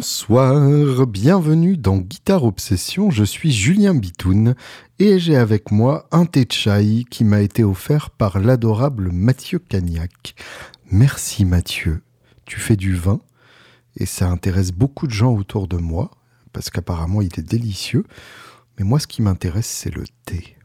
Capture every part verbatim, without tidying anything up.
Bonsoir, bienvenue dans Guitare Obsession, je suis Julien Bitoun et j'ai avec moi un thé chai qui m'a été offert par l'adorable Mathieu Cagnac. Merci Mathieu, tu fais du vin et ça intéresse beaucoup de gens autour de moi parce qu'apparemment il est délicieux, mais moi ce qui m'intéresse c'est le thé.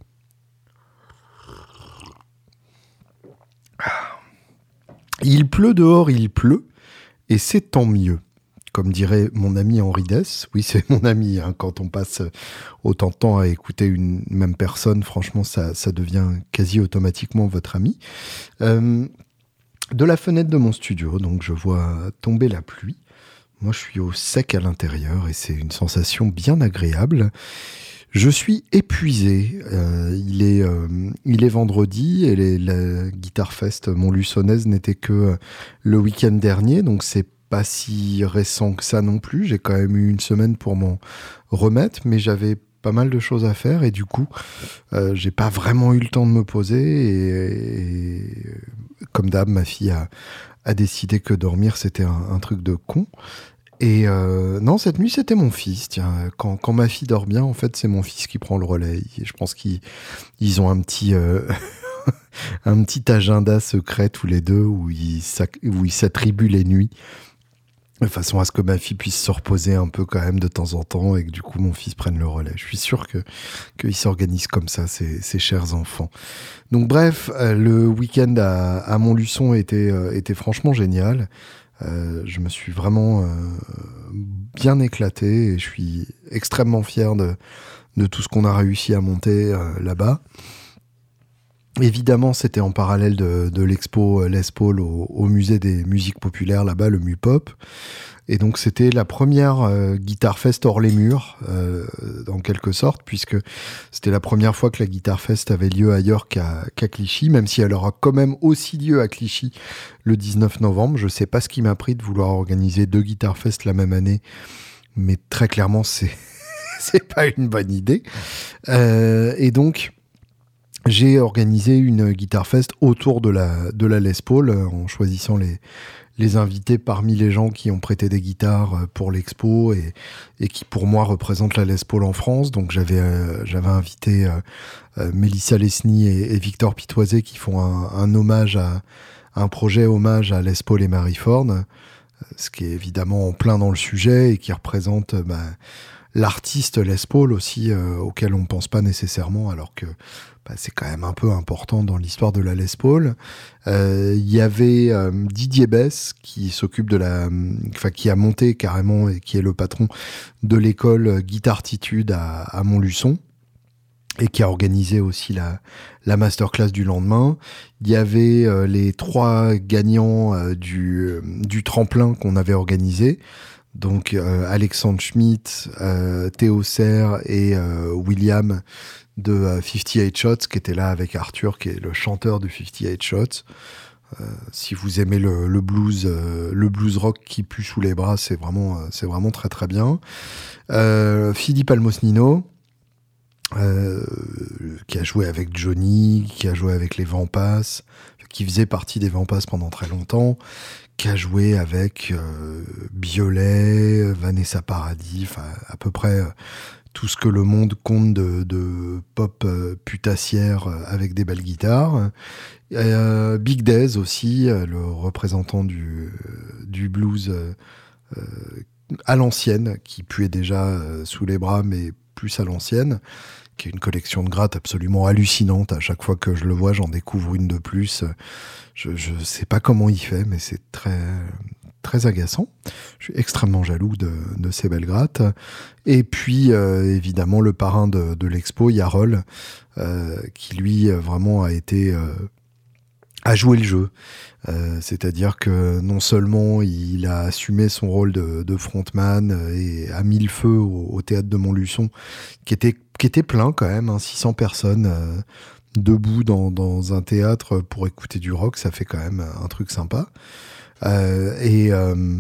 Il pleut dehors, il pleut et c'est tant mieux. Comme dirait mon ami Henri Dess, oui c'est mon ami, hein, quand on passe autant de temps à écouter une même personne, franchement ça, ça devient quasi automatiquement votre ami. Euh, de la fenêtre de mon studio, donc je vois tomber la pluie. Moi je suis au sec à l'intérieur et c'est une sensation bien agréable. Je suis épuisé, euh, il, est, euh, il est vendredi et les, la Guitar Fest Montluçonnaise n'était que le week-end dernier, donc c'est pas si récent que ça non plus. J'ai quand même eu une semaine pour m'en remettre, mais j'avais pas mal de choses à faire et du coup, euh, j'ai pas vraiment eu le temps de me poser et, et comme d'hab, ma fille a, a décidé que dormir c'était un, un truc de con. Et euh, non, cette nuit c'était mon fils. Tiens, quand, quand ma fille dort bien, en fait, c'est mon fils qui prend le relais. Et je pense qu'ils ils ont un petit euh, un petit agenda secret tous les deux où ils, où ils s'attribuent les nuits. De façon à ce que ma fille puisse se reposer un peu quand même de temps en temps et que du coup mon fils prenne le relais. Je suis sûr que qu'ils s'organisent comme ça, ces, ces chers enfants. Donc bref, euh, le week-end à, à Montluçon était, euh, était franchement génial. Euh, je me suis vraiment euh, bien éclaté et je suis extrêmement fier de, de tout ce qu'on a réussi à monter euh, là-bas. Évidemment, c'était en parallèle de, de l'expo Les Paul au, au musée des musiques populaires là-bas, le MUPOP. Et donc, c'était la première euh, Guitar Fest hors les murs, euh, en quelque sorte, puisque c'était la première fois que la Guitar Fest avait lieu ailleurs qu'à, qu'à Clichy, même si elle aura quand même aussi lieu à Clichy le dix-neuf novembre. Je sais pas ce qui m'a pris de vouloir organiser deux Guitar Fest la même année, mais très clairement, c'est, c'est pas une bonne idée. Euh, et donc... J'ai organisé une Guitar Fest autour de la, de la Les Paul en choisissant les, les invités parmi les gens qui ont prêté des guitares pour l'expo et, et qui pour moi représentent la Les Paul en France. Donc j'avais, euh, j'avais invité euh, euh, Mélissa Lesny et, et Victor Pitoisé qui font un, un hommage à un projet hommage à Les Paul et Marie Ford, ce qui est évidemment en plein dans le sujet et qui représente bah, l'artiste Les Paul aussi euh, auquel on pense pas nécessairement alors que bah, c'est quand même un peu important dans l'histoire de la Les Paul. Il euh, y avait euh, Didier Besse qui s'occupe de la, enfin qui a monté carrément et qui est le patron de l'école Guitartitude à, à Montluçon et qui a organisé aussi la, la masterclass du lendemain. Il y avait euh, les trois gagnants euh, du, euh, du tremplin qu'on avait organisé. Donc euh, Alexandre Schmitt, euh, Théo Serre et euh, William de euh, cinquante-huit Shots qui était là avec Arthur qui est le chanteur de cinquante-huit Shots. Euh, si vous aimez le, le blues, euh, le blues rock qui pue sous les bras, c'est vraiment, euh, c'est vraiment très très bien. Euh, Philippe Almosnino, euh, qui a joué avec Johnny, qui a joué avec les Vampas, qui faisait partie des Vampas pendant très longtemps, qui a joué avec euh, Biolay, Vanessa Paradis, enfin à peu près euh, tout ce que le monde compte de, de pop euh, putassière euh, avec des belles guitares. Euh, Big Dez aussi, euh, le représentant du, euh, du blues euh, euh, à l'ancienne, qui puait déjà euh, sous les bras, mais plus à l'ancienne, qui est une collection de grattes absolument hallucinante. À chaque fois que je le vois, j'en découvre une de plus. Je ne sais pas comment il fait, mais c'est très... très agaçant. Je suis extrêmement jaloux de, de ces belles grattes. Et puis, euh, évidemment, le parrain de, de l'expo, Yarol, euh, qui lui, vraiment a été... Euh, a joué le jeu. Euh, c'est-à-dire que non seulement il a assumé son rôle de, de frontman et a mis le feu au, au théâtre de Montluçon, qui était, qui était plein quand même, hein, six cents personnes... Euh, debout dans, dans un théâtre pour écouter du rock, ça fait quand même un truc sympa. Euh, et, euh,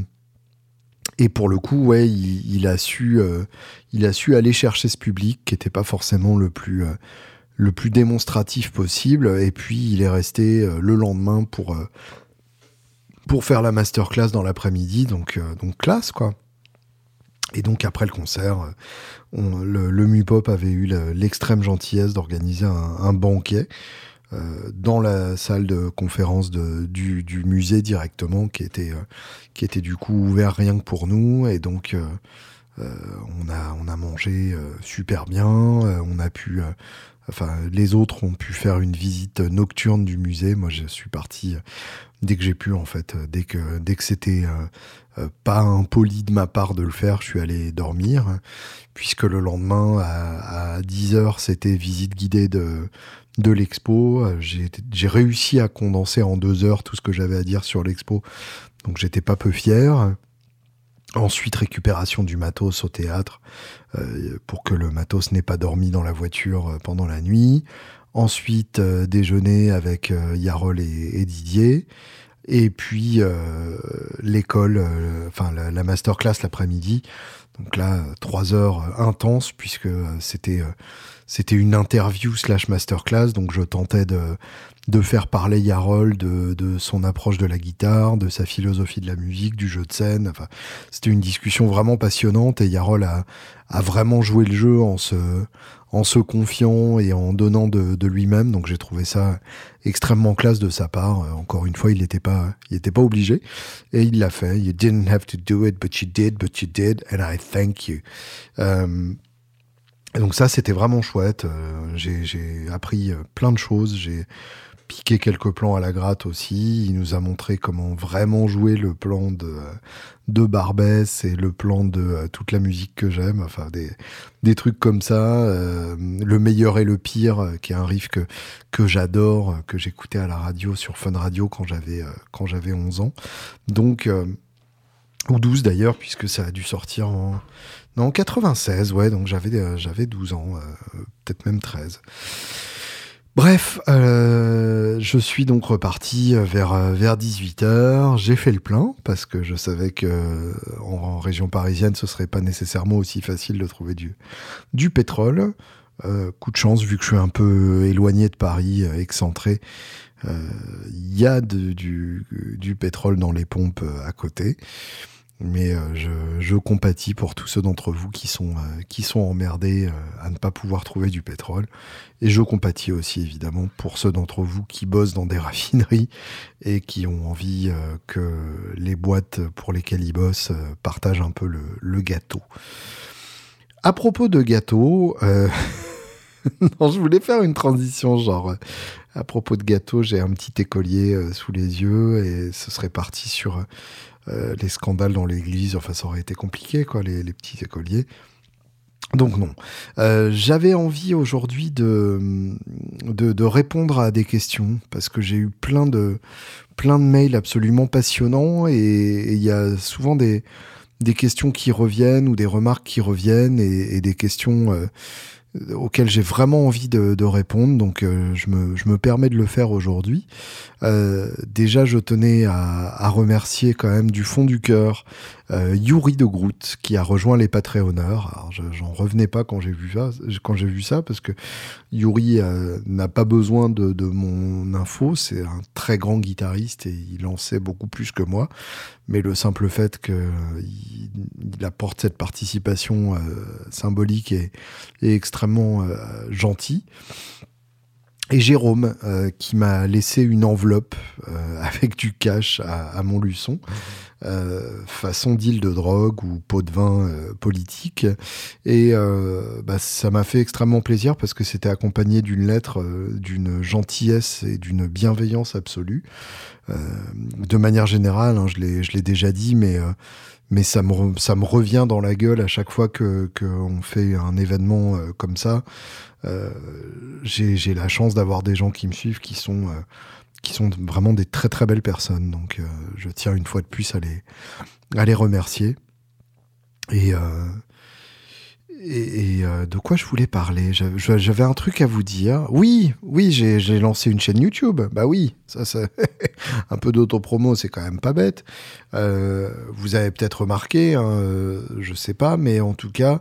et pour le coup, ouais, il, il, a su, euh, il a su aller chercher ce public qui n'était pas forcément le plus, euh, le plus démonstratif possible. Et puis, il est resté euh, le lendemain pour, euh, pour faire la masterclass dans l'après-midi. Donc, euh, donc classe, quoi. Et donc après le concert, on, le, le Mupop avait eu le, l'extrême gentillesse d'organiser un, un banquet euh, dans la salle de conférence de, du, du musée directement, qui était, euh, qui était du coup ouvert rien que pour nous. Et donc euh, euh, on, a, on a mangé euh, super bien, euh, on a pu... Euh, Enfin, les autres ont pu faire une visite nocturne du musée. Moi, je suis parti dès que j'ai pu, en fait. Dès que, dès que c'était euh, euh, pas impoli de ma part de le faire, je suis allé dormir. Puisque le lendemain, à, à dix heures, c'était visite guidée de, de l'expo. J'ai, j'ai réussi à condenser en deux heures tout ce que j'avais à dire sur l'expo. Donc, j'étais pas peu fier. Ensuite, récupération du matos au théâtre euh, pour que le matos n'ait pas dormi dans la voiture euh, pendant la nuit. Ensuite, euh, déjeuner avec euh, Yarol et, et Didier. Et puis, euh, l'école, euh, enfin la, la masterclass l'après-midi. Donc là, trois heures euh, intenses puisque euh, c'était, euh, c'était une interview slash masterclass. Donc je tentais de... de faire parler Yarol de, de son approche de la guitare, de sa philosophie de la musique, du jeu de scène. Enfin, c'était une discussion vraiment passionnante et Yarol a, a vraiment joué le jeu en se, en se confiant et en donnant de, de lui-même. Donc j'ai trouvé ça extrêmement classe de sa part. Encore une fois, il n'était pas, il était pas obligé et il l'a fait. You didn't have to do it, but you did, but you did, and I thank you. Euh, et donc ça, c'était vraiment chouette. Euh, j'ai, j'ai appris plein de choses. J'ai piqué quelques plans à la gratte aussi. Il nous a montré comment vraiment jouer le plan de, de Barbès et le plan de euh, toute la musique que j'aime. Enfin, des, des trucs comme ça. Euh, le meilleur et le pire, euh, qui est un riff que, que j'adore, euh, que j'écoutais à la radio, sur Fun Radio, quand j'avais, euh, quand j'avais onze ans. Donc, euh, ou douze d'ailleurs, puisque ça a dû sortir en... Non, en quatre-vingt-seize, ouais, donc j'avais, euh, j'avais douze ans, euh, peut-être même treize. Bref, euh, je suis donc reparti vers, vers dix-huit heures. J'ai fait le plein parce que je savais que en, en région parisienne, ce serait pas nécessairement aussi facile de trouver du, du pétrole. Euh, coup de chance, vu que je suis un peu éloigné de Paris, euh, excentré, il euh, y a de, du, du pétrole dans les pompes à côté. Mais euh, je, je compatis pour tous ceux d'entre vous qui sont, euh, qui sont emmerdés euh, à ne pas pouvoir trouver du pétrole. Et je compatis aussi, évidemment, pour ceux d'entre vous qui bossent dans des raffineries et qui ont envie euh, que les boîtes pour lesquelles ils bossent euh, partagent un peu le, le gâteau. À propos de gâteau, euh... non, je voulais faire une transition, genre... Euh, à propos de gâteau, j'ai un petit écolier euh, sous les yeux et ce serait parti sur... Euh, Euh, les scandales dans l'église, enfin ça aurait été compliqué, quoi, les, les petits écoliers. Donc non. Euh, j'avais envie aujourd'hui de, de, de répondre à des questions, parce que j'ai eu plein de, plein de mails absolument passionnants, et il y a souvent des, des questions qui reviennent, ou des remarques qui reviennent, et, et des questions... Euh, auxquelles j'ai vraiment envie de, de répondre, donc euh, je, me, je me permets de le faire aujourd'hui. Euh, déjà, je tenais à, à remercier quand même du fond du cœur euh, Yuri de Groot, qui a rejoint les Patreonneurs. Alors, je, j'en revenais pas quand j'ai vu ça, quand j'ai vu ça, parce que Yuri euh, n'a pas besoin de, de mon info, c'est un très grand guitariste et il en sait beaucoup plus que moi. Mais le simple fait qu'il il apporte cette participation euh, symbolique et, et extrêmement euh, gentil. Et Jérôme, euh, qui m'a laissé une enveloppe euh, avec du cash à, à Montluçon, euh, façon deal de drogue ou pot de vin euh, politique. Et euh, bah, ça m'a fait extrêmement plaisir parce que c'était accompagné d'une lettre, euh, d'une gentillesse et d'une bienveillance absolue. Euh, de manière générale, hein, je l'ai, je l'ai déjà dit, mais... Euh, mais ça me, re, ça me revient dans la gueule à chaque fois que, que on fait un événement euh, comme ça. Euh, j'ai, j'ai la chance d'avoir des gens qui me suivent qui sont, euh, qui sont vraiment des très très belles personnes. Donc euh, je tiens une fois de plus à les, à les remercier. Et, euh, et, et euh, de quoi je voulais parler ? J'avais, j'avais un truc à vous dire. Oui, oui, j'ai, j'ai lancé une chaîne YouTube. Bah oui, ça, ça un peu d'autopromo, c'est quand même pas bête. Euh, vous avez peut-être remarqué, hein, euh, je sais pas, mais en tout cas,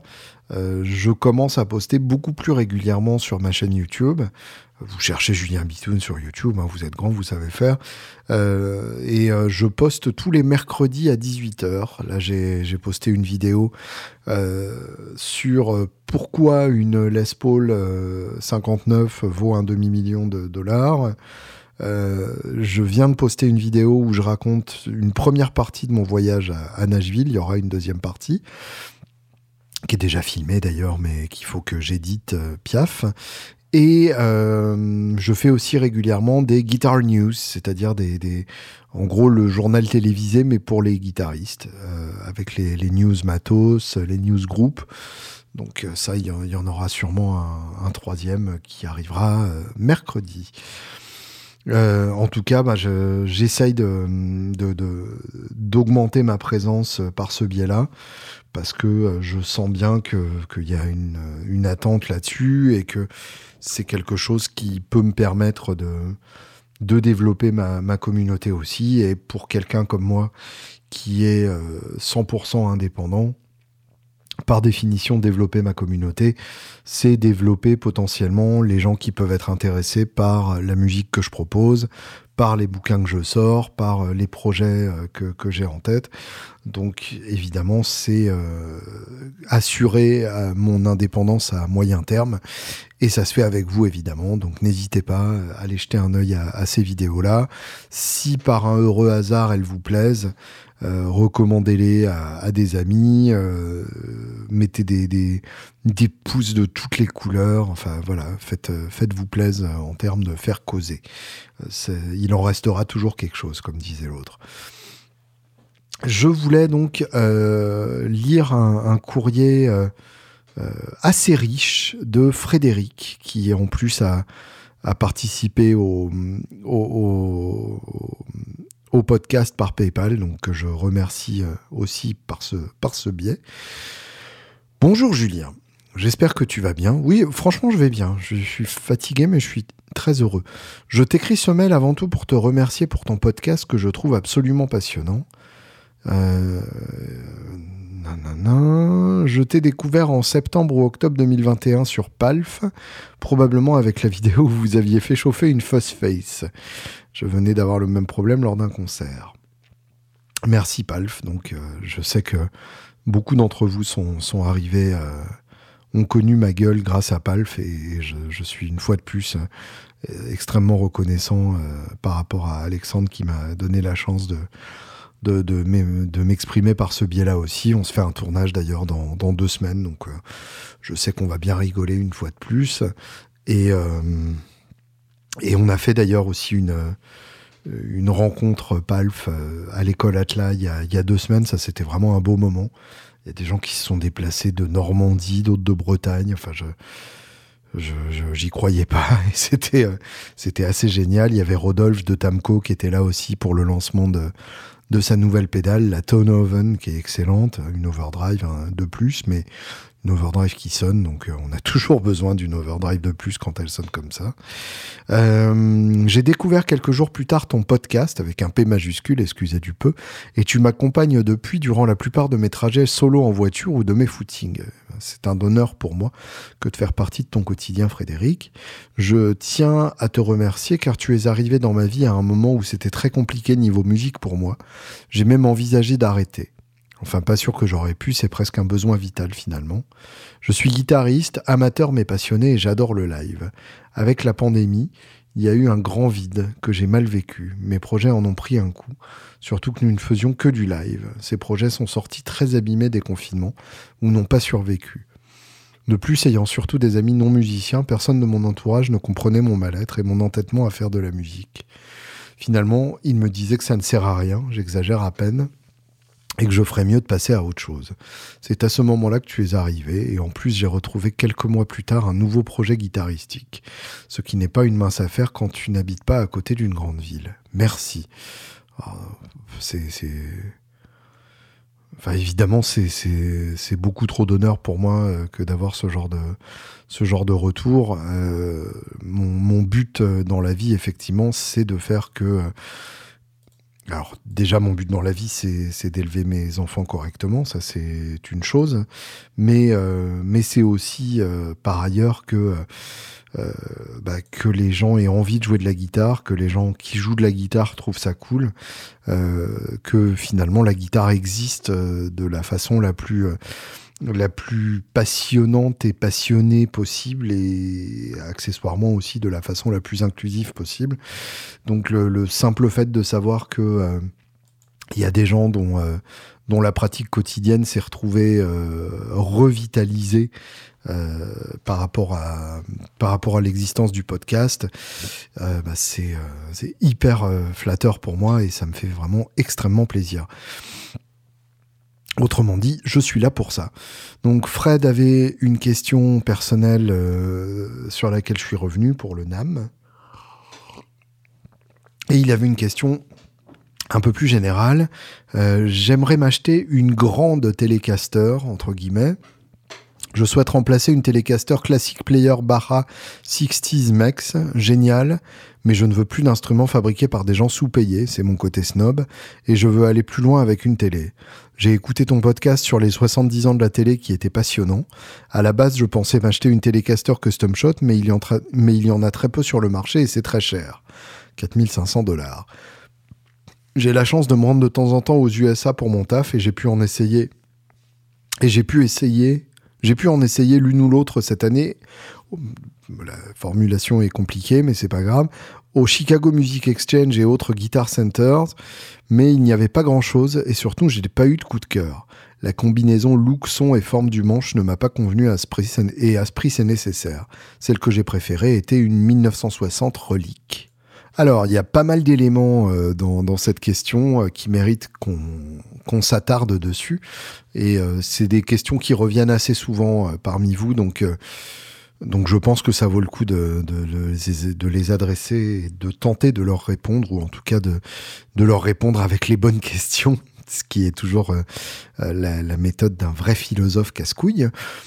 Euh, je commence à poster beaucoup plus régulièrement sur ma chaîne YouTube. Vous cherchez Julien Bitoun sur YouTube, hein, vous êtes grand, vous savez faire. Euh, et euh, je poste tous les mercredis à dix-huit heures. Là, j'ai, j'ai posté une vidéo euh, sur euh, pourquoi une Les Paul euh, cinquante-neuf vaut un demi-million de dollars. Euh, je viens de poster une vidéo où je raconte une première partie de mon voyage à, à Nashville. Il y aura une deuxième partie, qui est déjà filmée d'ailleurs, mais qu'il faut que j'édite euh, piaf. Et euh, je fais aussi régulièrement des guitar news, c'est-à-dire des, des, en gros le journal télévisé, mais pour les guitaristes, euh, avec les, les news matos, les news group. Donc ça, il y, y en aura sûrement un, un troisième qui arrivera euh, mercredi. Euh, en tout cas, bah, je, j'essaye de, de, de, d'augmenter ma présence par ce biais-là, parce que je sens bien que, qu'il y a une, une attente là-dessus et que c'est quelque chose qui peut me permettre de, de développer ma, ma communauté aussi. Et pour quelqu'un comme moi qui est cent pour cent indépendant, par définition, développer ma communauté, c'est développer potentiellement les gens qui peuvent être intéressés par la musique que je propose, par les bouquins que je sors, par les projets que, que j'ai en tête. Donc évidemment, c'est euh, assurer euh, mon indépendance à moyen terme. Et ça se fait avec vous, évidemment. Donc n'hésitez pas à aller jeter un œil à, à ces vidéos-là. Si par un heureux hasard, elles vous plaisent, Euh, recommandez-les à, à des amis, euh, mettez des, des, des pouces de toutes les couleurs, enfin voilà, faites, faites-vous plaisir en termes de faire causer. C'est, il en restera toujours quelque chose, comme disait l'autre. Je voulais donc euh, lire un, un courrier euh, euh, assez riche de Frédéric, qui en plus a, a participé au... au, au au podcast par PayPal, donc que je remercie aussi par ce, par ce biais. Bonjour Julien, j'espère que tu vas bien. Oui, franchement, je vais bien. Je suis fatigué, mais je suis très heureux. Je t'écris ce mail avant tout pour te remercier pour ton podcast que je trouve absolument passionnant. Euh... Nanana. Je t'ai découvert en septembre ou octobre deux mille vingt et un sur Palf, probablement avec la vidéo où vous aviez fait chauffer une fausse face. Je venais d'avoir le même problème lors d'un concert. Merci Palf. Donc, euh, je sais que beaucoup d'entre vous sont, sont arrivés, euh, ont connu ma gueule grâce à Palf, et je, je suis une fois de plus euh, extrêmement reconnaissant euh, par rapport à Alexandre qui m'a donné la chance de De, de, de m'exprimer par ce biais-là aussi. On se fait un tournage d'ailleurs dans, dans deux semaines, donc euh, je sais qu'on va bien rigoler une fois de plus. Et, euh, et on a fait d'ailleurs aussi une, une rencontre Palf à l'école Atla il y a, il y a deux semaines. Ça, c'était vraiment un beau moment. Il y a des gens qui se sont déplacés de Normandie, d'autres de Bretagne. Enfin, je... Je, je, j'y croyais pas, et c'était, euh, c'était assez génial. Il y avait Rodolphe de Tamco qui était là aussi pour le lancement de, de sa nouvelle pédale, la Tonehaven, qui est excellente, une overdrive hein, de plus, mais une overdrive qui sonne, donc euh, on a toujours besoin d'une overdrive de plus quand elle sonne comme ça. Euh, j'ai découvert quelques jours plus tard ton podcast, avec un P majuscule, excusez du peu, et tu m'accompagnes depuis durant la plupart de mes trajets solo en voiture ou de mes footings. C'est un honneur pour moi que de faire partie de ton quotidien, Frédéric. Je tiens à te remercier car tu es arrivé dans ma vie à un moment où c'était très compliqué niveau musique pour moi. J'ai même envisagé d'arrêter. Enfin, pas sûr que j'aurais pu, c'est presque un besoin vital finalement. Je suis guitariste, amateur mais passionné et j'adore le live. Avec la pandémie, il y a eu un grand vide que j'ai mal vécu. Mes projets en ont pris un coup, surtout que nous ne faisions que du live. Ces projets sont sortis très abîmés des confinements ou n'ont pas survécu. De plus, ayant surtout des amis non musiciens, personne de mon entourage ne comprenait mon mal-être et mon entêtement à faire de la musique. Finalement, ils me disaient que ça ne sert à rien, j'exagère à peine, et que je ferais mieux de passer à autre chose. C'est à ce moment-là que tu es arrivé, et en plus j'ai retrouvé quelques mois plus tard un nouveau projet guitaristique, ce qui n'est pas une mince affaire quand tu n'habites pas à côté d'une grande ville. Merci. Oh, c'est, c'est... Enfin, évidemment, c'est, c'est, c'est beaucoup trop d'honneur pour moi euh, que d'avoir ce genre de, ce genre de retour. Euh, mon, mon but dans la vie, effectivement, c'est de faire que... Euh, Alors déjà, mon but dans la vie, c'est, c'est d'élever mes enfants correctement, ça c'est une chose, mais, euh, mais c'est aussi euh, par ailleurs que, euh, bah, que les gens aient envie de jouer de la guitare, que les gens qui jouent de la guitare trouvent ça cool, euh, que finalement la guitare existe euh, de la façon la plus... Euh, la plus passionnante et passionnée possible et accessoirement aussi de la façon la plus inclusive possible. Donc le, le simple fait de savoir que euh, il y a des gens dont, euh, dont la pratique quotidienne s'est retrouvée euh, revitalisée euh, par rapport à par rapport à l'existence du podcast, euh, bah c'est, euh, c'est hyper euh, flatteur pour moi et ça me fait vraiment extrêmement plaisir. Autrement dit, je suis là pour ça. Donc Fred avait une question personnelle euh, sur laquelle je suis revenu pour le N A M. Et il avait une question un peu plus générale. Euh, j'aimerais m'acheter une grande Telecaster, entre guillemets. Je souhaite remplacer une Telecaster Classic Player Baja soixante Max, génial, mais je ne veux plus d'instruments fabriqués par des gens sous-payés, c'est mon côté snob, et je veux aller plus loin avec une télé. J'ai écouté ton podcast sur les soixante-dix ans de la télé qui était passionnant. À la base, je pensais m'acheter une Telecaster Custom Shot, mais il y en, tra- mais il y en a très peu sur le marché et c'est très cher. quatre mille cinq cents dollars. J'ai la chance de me rendre de temps en temps aux U S A pour mon taf et j'ai pu en essayer. Et j'ai pu essayer... J'ai pu en essayer l'une ou l'autre cette année. La formulation est compliquée, mais c'est pas grave. Au Chicago Music Exchange et autres Guitar Centers, mais il n'y avait pas grand-chose et surtout, j'ai pas eu de coup de cœur. La combinaison look, son et forme du manche ne m'a pas convenu à ce prix, et à ce prix, c'est nécessaire. Celle que j'ai préférée était une dix-neuf cent soixante Relic. Alors, il y a pas mal d'éléments euh, dans, dans cette question euh, qui méritent qu'on, qu'on s'attarde dessus. Et euh, c'est des questions qui reviennent assez souvent euh, parmi vous. Donc, euh, donc, je pense que ça vaut le coup de, de, de, de les adresser et de tenter de leur répondre, ou en tout cas de, de leur répondre avec les bonnes questions, ce qui est toujours euh, la, la méthode d'un vrai philosophe casse-couille.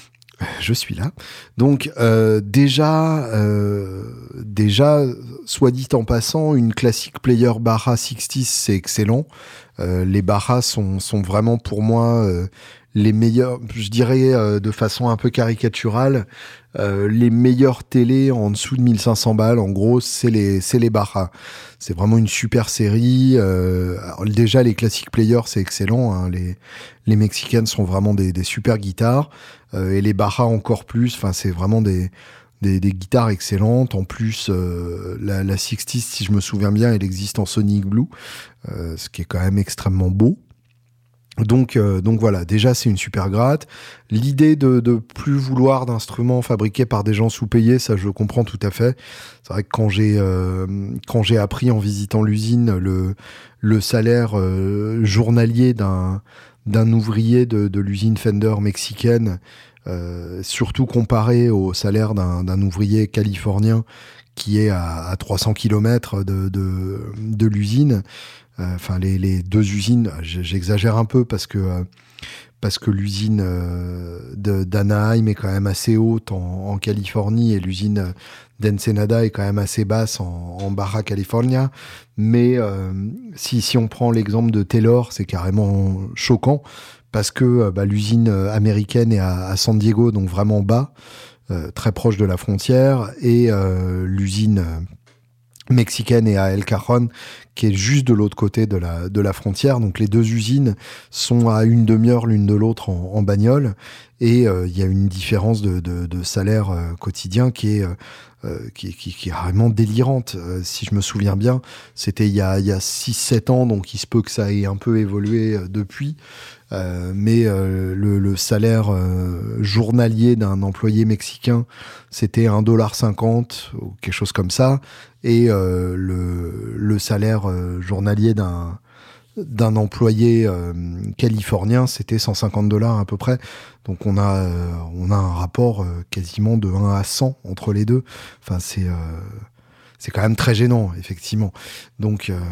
Je suis là. Donc euh, déjà, euh, déjà, soit dit en passant, une classique player Baja soixante, c'est excellent. Euh, les Baja sont, sont vraiment pour moi euh, les meilleurs, je dirais euh, de façon un peu caricaturale, euh, les meilleures télés en dessous de mille cinq cents balles. En gros, c'est les, c'est les Baja. C'est vraiment une super série. Euh, alors déjà, les classiques players, c'est excellent. Hein. Les, les Mexicaines sont vraiment des, des super guitares. Euh, et les Baja encore plus. Enfin, c'est vraiment des, des, des guitares excellentes. En plus, euh, la, la soixante, si je me souviens bien, elle existe en Sonic Blue, euh, ce qui est quand même extrêmement beau. Donc, euh, donc voilà, déjà c'est une super gratte. L'idée de, de plus vouloir d'instruments fabriqués par des gens sous-payés, ça je comprends tout à fait. C'est vrai que quand j'ai euh, quand j'ai appris en visitant l'usine le le salaire euh, journalier d'un d'un ouvrier de, de l'usine Fender mexicaine, euh, surtout comparé au salaire d'un, d'un ouvrier californien qui est à, à trois cents kilomètres de, de, de l'usine. Enfin, euh, les, les deux usines, j'exagère un peu parce que, euh, parce que l'usine euh, de, d'Anaheim est quand même assez haute en, en Californie et l'usine d'Ensenada est quand même assez basse en, en Baja California. Mais euh, si, si on prend l'exemple de Taylor, c'est carrément choquant parce que bah, l'usine américaine est à, à San Diego, donc vraiment bas, euh, très proche de la frontière, et euh, l'usine mexicaine est à El Cajon, qui est juste de l'autre côté de la, de la frontière. Donc les deux usines sont à une demi-heure l'une de l'autre en, en bagnole. Et il euh, y a une différence de, de, de salaire euh, quotidien qui est, euh, qui, qui, qui est vraiment délirante. Euh, si je me souviens bien, c'était il y a, il y a six sept ans, donc il se peut que ça ait un peu évolué euh, depuis. Euh, mais euh, le, le salaire euh, journalier d'un employé mexicain, c'était un dollar cinquante ou quelque chose comme ça. Et euh, le, le salaire euh, journalier d'un, d'un employé euh, californien, c'était cent cinquante dollars à peu près. Donc on a, euh, on a un rapport euh, quasiment de un à cent entre les deux. Enfin, c'est, euh, c'est quand même très gênant, effectivement. Donc... Euh,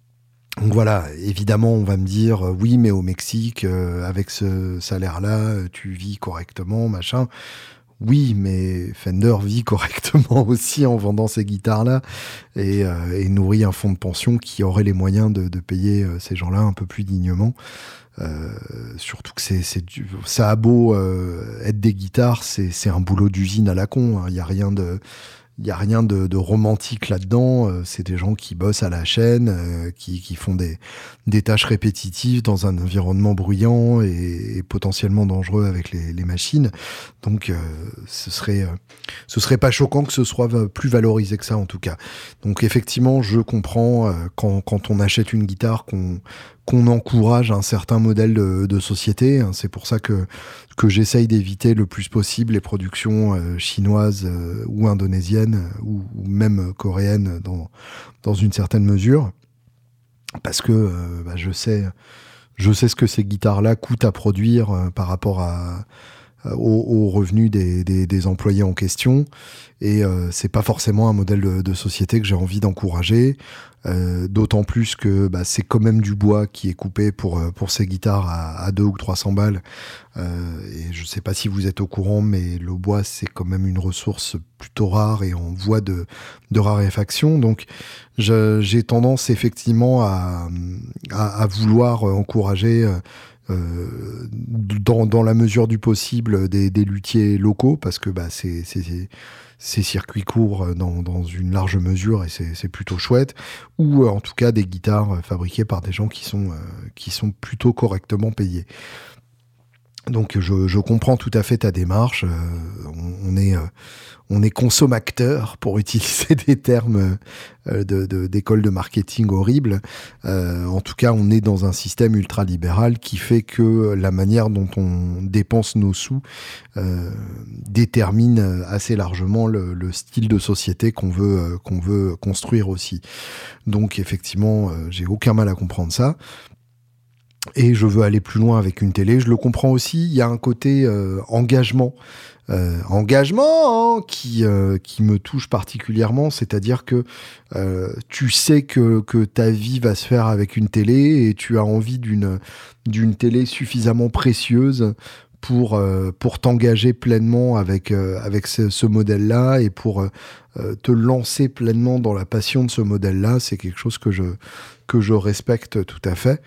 Donc voilà, évidemment, on va me dire, euh, oui, mais au Mexique, euh, avec ce salaire-là, euh, tu vis correctement, machin. oui, mais Fender vit correctement aussi en vendant ces guitares-là et, euh, et nourrit un fonds de pension qui aurait les moyens de, de payer euh, ces gens-là un peu plus dignement. Euh, surtout que c'est, c'est du, ça a beau euh, être des guitares, c'est, c'est un boulot d'usine à la con. Il n'y a rien de... Il n'y a rien de, de romantique là-dedans. Euh, c'est des gens qui bossent à la chaîne, euh, qui, qui font des, des tâches répétitives dans un environnement bruyant et, et potentiellement dangereux avec les, les machines. Donc, euh, ce serait, euh, ce serait pas choquant que ce soit plus valorisé que ça, en tout cas. Donc, effectivement, je comprends euh, quand, quand on achète une guitare qu'on qu'on encourage un certain modèle de, de société. C'est pour ça que, que j'essaye d'éviter le plus possible les productions euh, chinoises euh, ou indonésiennes ou, ou même coréennes dans, dans une certaine mesure. Parce que euh, bah, je sais, je sais ce que ces guitares-là coûtent à produire euh, par rapport à, euh, aux, aux revenus des, des, des employés en question. Et euh, c'est pas forcément un modèle de, de société que j'ai envie d'encourager. Euh, d'autant plus que bah, c'est quand même du bois qui est coupé pour, pour ces guitares à, à deux ou trois cents balles. Euh, et je sais pas si vous êtes au courant, mais le bois, c'est quand même une ressource plutôt rare et en voie de, de raréfaction. Donc, je, j'ai tendance effectivement à, à, à vouloir encourager euh, dans, dans la mesure du possible des, des luthiers locaux, parce que bah, c'est... c'est, c'est ces circuits courts dans, dans une large mesure et c'est, c'est plutôt chouette, ou euh, en tout cas des guitares fabriquées par des gens qui sont, euh, qui sont plutôt correctement payés. Donc je, je comprends tout à fait ta démarche. Euh, on, on est, euh, on est consommateur, pour utiliser des termes euh, de, de, d'école de marketing horribles. Euh, en tout cas, on est dans un système ultra-libéral qui fait que la manière dont on dépense nos sous euh, détermine assez largement le, le style de société qu'on veut, euh, qu'on veut construire aussi. Donc effectivement, euh, j'ai aucun mal à comprendre ça. Et je veux aller plus loin avec une télé. Je le comprends aussi. Il y a un côté euh, engagement, euh, engagement hein, qui euh, qui me touche particulièrement. C'est-à-dire que euh, tu sais que que ta vie va se faire avec une télé et tu as envie d'une d'une télé suffisamment précieuse pour euh, pour t'engager pleinement avec euh, avec ce, ce modèle-là et pour euh, te lancer pleinement dans la passion de ce modèle-là. C'est quelque chose que je que je respecte tout à fait.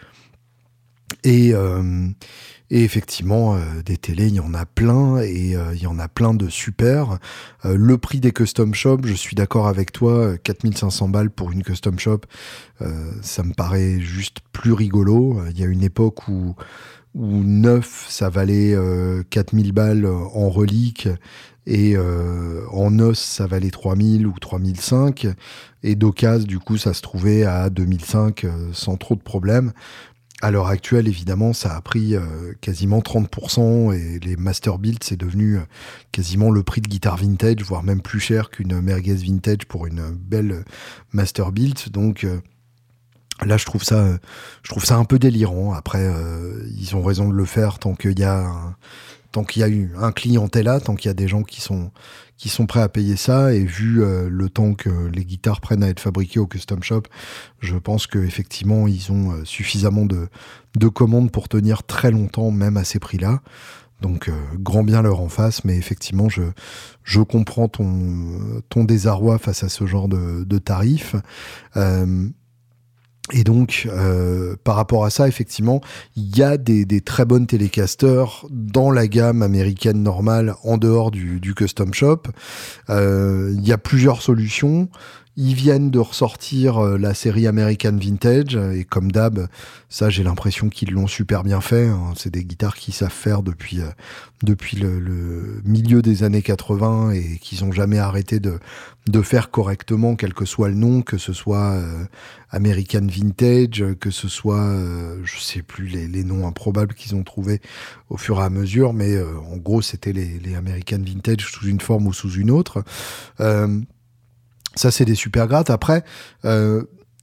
Et, euh, et effectivement, euh, des télés, il y en a plein et euh, il y en a plein de super. Euh, le prix des custom shops, je suis d'accord avec toi, quatre mille cinq cents balles pour une custom shop, euh, ça me paraît juste plus rigolo. Il y a une époque où, où neuf, ça valait euh, quatre mille balles en relique et euh, en os, ça valait trois mille ou trois mille cinq. Et d'occasion, du coup, ça se trouvait à deux mille cinq euh, sans trop de problèmes. À l'heure actuelle, évidemment, ça a pris euh, quasiment trente pour cent et les Master Build, c'est devenu euh, quasiment le prix de guitare vintage, voire même plus cher qu'une Merguez vintage pour une belle Master Build. Donc euh, là, je trouve ça, je trouve ça un peu délirant. Après, euh, ils ont raison de le faire tant qu'il y a un, tant qu'il y a eu un clientèle, tant qu'il y a des gens qui sont qui sont prêts à payer ça, et vu euh, le temps que les guitares prennent à être fabriquées au custom shop, je pense qu'effectivement, ils ont euh, suffisamment de, de commandes pour tenir très longtemps, même à ces prix-là. Donc, euh, grand bien leur en face, mais effectivement, je, je comprends ton, ton désarroi face à ce genre de, de tarifs. Euh, Et donc, euh, par rapport à ça, effectivement, il y a des, des très bonnes télécasters dans la gamme américaine normale, en dehors du, du custom shop. Euh, il y a plusieurs solutions. Ils viennent de ressortir euh, la série American Vintage, et comme d'hab, ça, j'ai l'impression qu'ils l'ont super bien fait. Hein. C'est des guitares qu'ils savent faire depuis, euh, depuis le, le milieu des années quatre-vingts et qu'ils n'ont jamais arrêté de, de faire correctement, quel que soit le nom, que ce soit euh, American Vintage, que ce soit, euh, je sais plus les, les noms improbables qu'ils ont trouvés au fur et à mesure, mais euh, en gros, c'était les, les American Vintage sous une forme ou sous une autre. Euh, Ça, c'est des super grattes. Après, euh,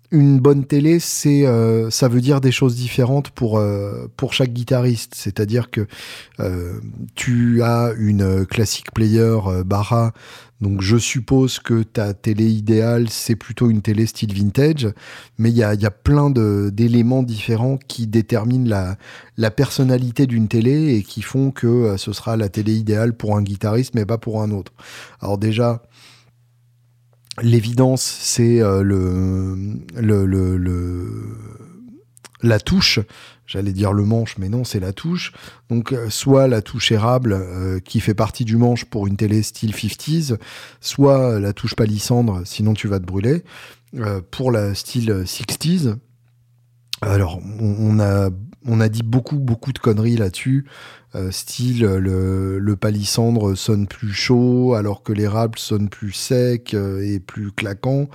une bonne télé, c'est, euh, ça veut dire des choses différentes pour, euh, pour chaque guitariste. C'est-à-dire que euh, tu as une classic player euh, Bara, donc je suppose que ta télé idéale, c'est plutôt une télé style vintage, mais il y a, y a plein de, d'éléments différents qui déterminent la, la personnalité d'une télé et qui font que euh, ce sera la télé idéale pour un guitariste, mais pas pour un autre. Alors déjà, l'évidence, c'est euh, le, le, le, le, la touche. J'allais dire le manche, mais non, c'est la touche. Donc, euh, soit la touche érable, euh, qui fait partie du manche pour une télé style cinquantaines, soit la touche palissandre, sinon tu vas te brûler, euh, pour la style sixties. Alors, on, on, a, on a dit beaucoup, beaucoup de conneries là-dessus. Euh, style, le, le palissandre sonne plus chaud, alors que l'érable sonne plus sec euh, et plus claquant.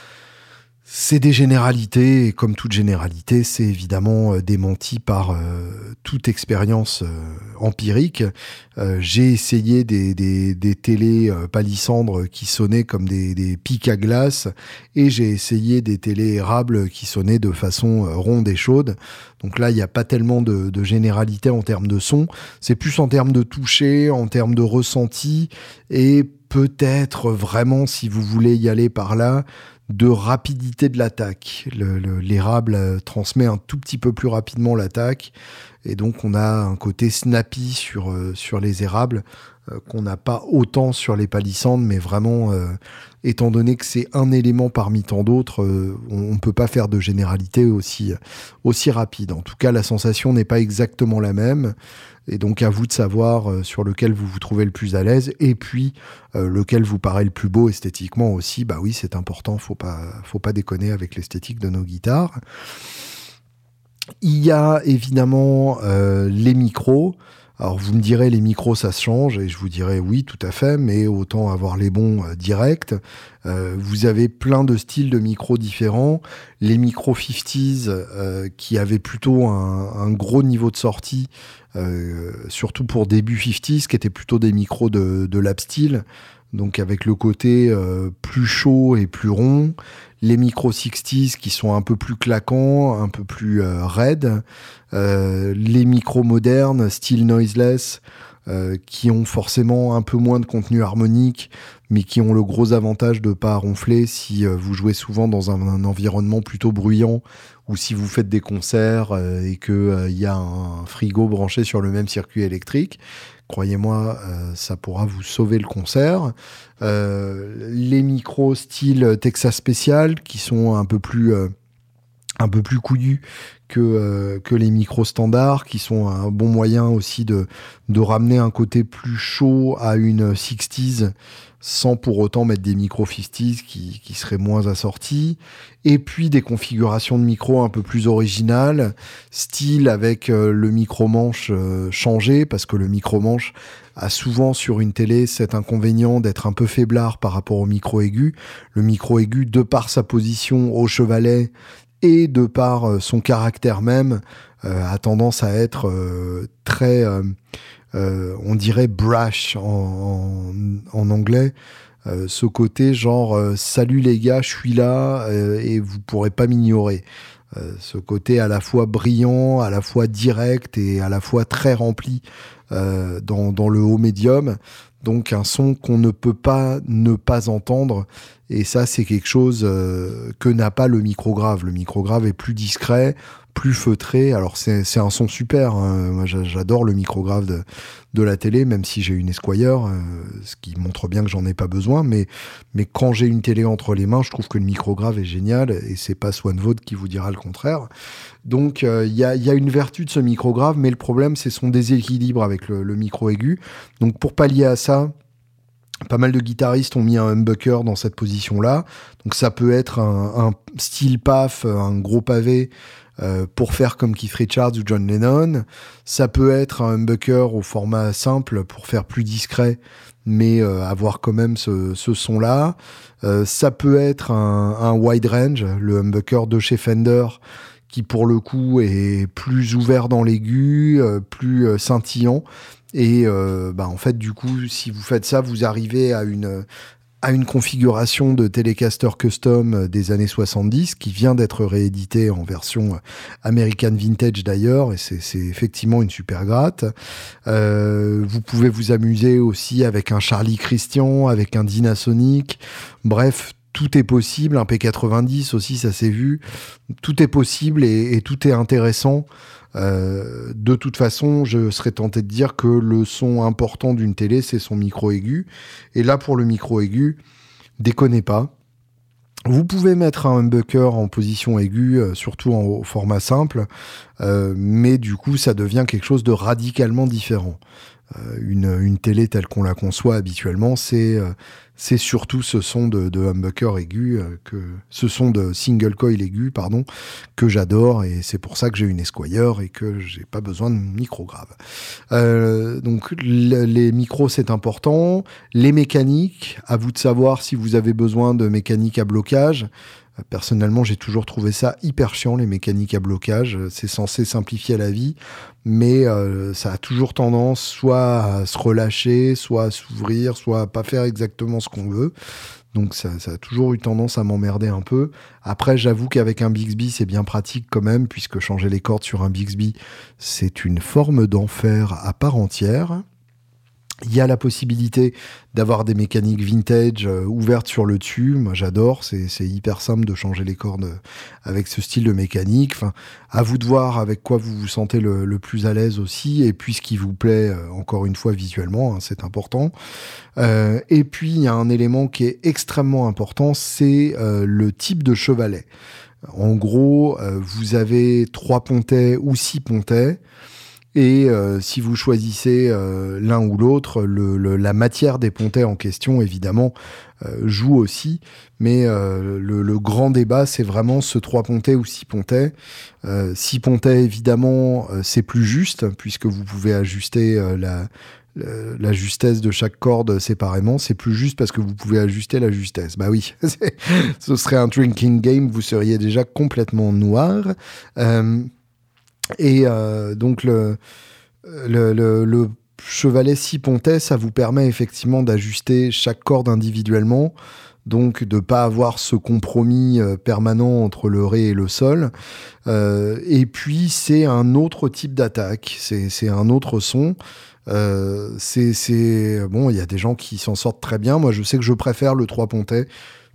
C'est des généralités, et comme toute généralité, c'est évidemment euh, démenti par euh, toute expérience euh, empirique. Euh, j'ai essayé des, des, des télés euh, palissandres qui sonnaient comme des, des pics à glace, et j'ai essayé des télés érables qui sonnaient de façon euh, ronde et chaude. Donc là, il n'y a pas tellement de, de généralité en termes de son, c'est plus en termes de toucher, en termes de ressenti, et peut-être vraiment, si vous voulez y aller par là, de rapidité de l'attaque. Le, le, l'érable euh, transmet un tout petit peu plus rapidement l'attaque, et donc on a un côté snappy sur, euh, sur les érables euh, qu'on n'a pas autant sur les palissandres, mais vraiment, euh, étant donné que c'est un élément parmi tant d'autres, euh, on ne peut pas faire de généralité aussi, aussi rapide. En tout cas, la sensation n'est pas exactement la même. Et donc, à vous de savoir euh, sur lequel vous vous trouvez le plus à l'aise, et puis euh, lequel vous paraît le plus beau esthétiquement aussi. Bah oui, c'est important, faut pas, faut pas déconner avec l'esthétique de nos guitares. Il y a évidemment euh, les micros. Alors, vous me direz, les micros, ça se change, et je vous dirais oui, tout à fait, mais autant avoir les bons euh, directs. Euh, vous avez plein de styles de micros différents. Les micros cinquantaines, euh, qui avaient plutôt un, un gros niveau de sortie, euh, surtout pour début cinquantaines, qui étaient plutôt des micros de, de lap steel, donc avec le côté euh, plus chaud et plus rond. Les micros sixties qui sont un peu plus claquants, un peu plus euh, raides. Euh, les micros modernes, style noiseless, euh, qui ont forcément un peu moins de contenu harmonique, mais qui ont le gros avantage de pas ronfler si euh, vous jouez souvent dans un, un environnement plutôt bruyant, ou si vous faites des concerts euh, et qu'il euh, y a un frigo branché sur le même circuit électrique. Croyez-moi, euh, ça pourra vous sauver le concert. Euh, les micros style Texas Special, qui sont un peu plus, euh, un peu plus couillus que, euh, que les micros standards, qui sont un bon moyen aussi de, de ramener un côté plus chaud à une sixties, sans pour autant mettre des micros cinquantaines qui, qui seraient moins assortis. Et puis des configurations de micros un peu plus originales, style avec euh, le micro-manche euh, changé, parce que le micro-manche a souvent sur une télé cet inconvénient d'être un peu faiblard par rapport au micro aigu. Le micro aigu, de par sa position au chevalet et de par euh, son caractère même, euh, a tendance à être euh, très... Euh, Euh, on dirait brash en, en, en anglais, euh, ce côté genre euh, salut les gars, je suis là euh, et vous pourrez pas m'ignorer. Euh, ce côté à la fois brillant, à la fois direct et à la fois très rempli euh, dans, dans le haut médium. Donc un son qu'on ne peut pas ne pas entendre, et ça c'est quelque chose euh, que n'a pas le micro grave. Le micro grave est plus discret, plus feutré. Alors c'est, c'est un son super, hein. Moi j'adore le micro grave de, de la télé, même si j'ai une Esquire, euh, ce qui montre bien que j'en ai pas besoin, mais, mais quand j'ai une télé entre les mains, je trouve que le micro grave est génial, et c'est pas Swan Vaud qui vous dira le contraire. Donc il euh, y, a, y a une vertu de ce micro grave, mais le problème c'est son déséquilibre avec le, le micro aigu. Donc pour pallier à ça, pas mal de guitaristes ont mis un humbucker dans cette position-là. Donc ça peut être un, un style P A F, un gros pavé, euh, pour faire comme Keith Richards ou John Lennon. Ça peut être un humbucker au format simple pour faire plus discret, mais euh, avoir quand même ce, ce son-là. Euh, ça peut être un, un wide range, le humbucker de chez Fender, qui pour le coup est plus ouvert dans l'aigu, euh, plus euh, scintillant. Et euh, bah, en fait, du coup, si vous faites ça, vous arrivez à une, a une configuration de Telecaster Custom des années soixante-dix qui vient d'être réédité en version American Vintage d'ailleurs, et c'est, c'est effectivement une super gratte. Euh, vous pouvez vous amuser aussi avec un Charlie Christian, avec un Dynasonic, bref, tout est possible, un P quatre-vingt-dix aussi, ça s'est vu, tout est possible et, et tout est intéressant. Euh, de toute façon, je serais tenté de dire que le son important d'une télé, c'est son micro aigu. Et là, pour le micro aigu, déconnez pas. Vous pouvez mettre un humbucker en position aiguë, euh, surtout en, au format simple, euh, mais du coup, ça devient quelque chose de radicalement différent. Euh, une, une télé telle qu'on la conçoit habituellement, c'est, euh, c'est surtout ce son de, de humbucker aigu, euh, que, ce son de single coil aigu, pardon, que j'adore, et c'est pour ça que j'ai une Esquire et que j'ai pas besoin de micro grave. Euh, donc l- les micros, c'est important. Les mécaniques, à vous de savoir si vous avez besoin de mécanique à blocage. Personnellement, j'ai toujours trouvé ça hyper chiant, les mécaniques à blocage. C'est censé simplifier la vie, mais euh, ça a toujours tendance soit à se relâcher, soit à s'ouvrir, soit à pas faire exactement ce qu'on veut. Donc ça, ça a toujours eu tendance à m'emmerder un peu. Après, j'avoue qu'avec un Bixby, c'est bien pratique quand même, puisque changer les cordes sur un Bixby, c'est une forme d'enfer à part entière. Il y a la possibilité d'avoir des mécaniques vintage euh, ouvertes sur le dessus. Moi, j'adore. C'est, c'est hyper simple de changer les cordes avec ce style de mécanique. Enfin, à vous de voir avec quoi vous vous sentez le, le plus à l'aise aussi. Et puis, ce qui vous plaît, euh, encore une fois, visuellement, hein, c'est important. Euh, et puis, il y a un élément qui est extrêmement important, c'est euh, le type de chevalet. En gros, euh, vous avez trois pontets ou six pontets. Et euh, si vous choisissez euh, l'un ou l'autre, le, le, la matière des pontets en question, évidemment, euh, joue aussi. Mais euh, le, le grand débat, c'est vraiment ce trois pontets ou six pontets. Euh, six pontets, évidemment, euh, c'est plus juste, puisque vous pouvez ajuster euh, la, la, la justesse de chaque corde séparément. C'est plus juste parce que vous pouvez ajuster la justesse. Bah oui, ce serait un drinking game, vous seriez déjà complètement noir. Euh, Et euh, donc le, le, le, le chevalet six pontets, ça vous permet effectivement d'ajuster chaque corde individuellement, donc de ne pas avoir ce compromis euh, permanent entre le ré et le sol. Euh, et puis c'est un autre type d'attaque, c'est, c'est un autre son. Euh, c'est, c'est bon, il y a des gens qui s'en sortent très bien. Moi, je sais que je préfère le trois pontets.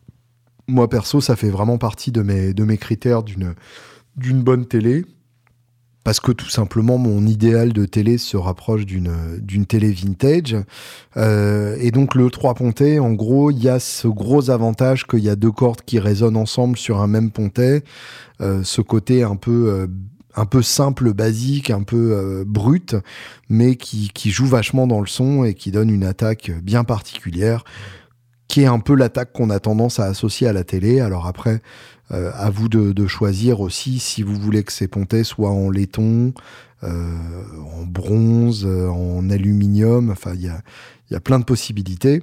Moi perso, ça fait vraiment partie de mes de mes critères d'une d'une bonne télé. Parce que tout simplement, mon idéal de télé se rapproche d'une, d'une télé vintage. Euh, et donc, le trois pontet, en gros, il y a ce gros avantage qu'il y a deux cordes qui résonnent ensemble sur un même pontet. Euh, ce côté un peu, euh, un peu simple, basique, un peu euh, brut, mais qui, qui joue vachement dans le son et qui donne une attaque bien particulière, qui est un peu l'attaque qu'on a tendance à associer à la télé. Alors après, euh, à vous de, de choisir aussi si vous voulez que ces pontets soient en laiton, euh, en bronze, euh, en aluminium. Enfin, il y a, y a plein de possibilités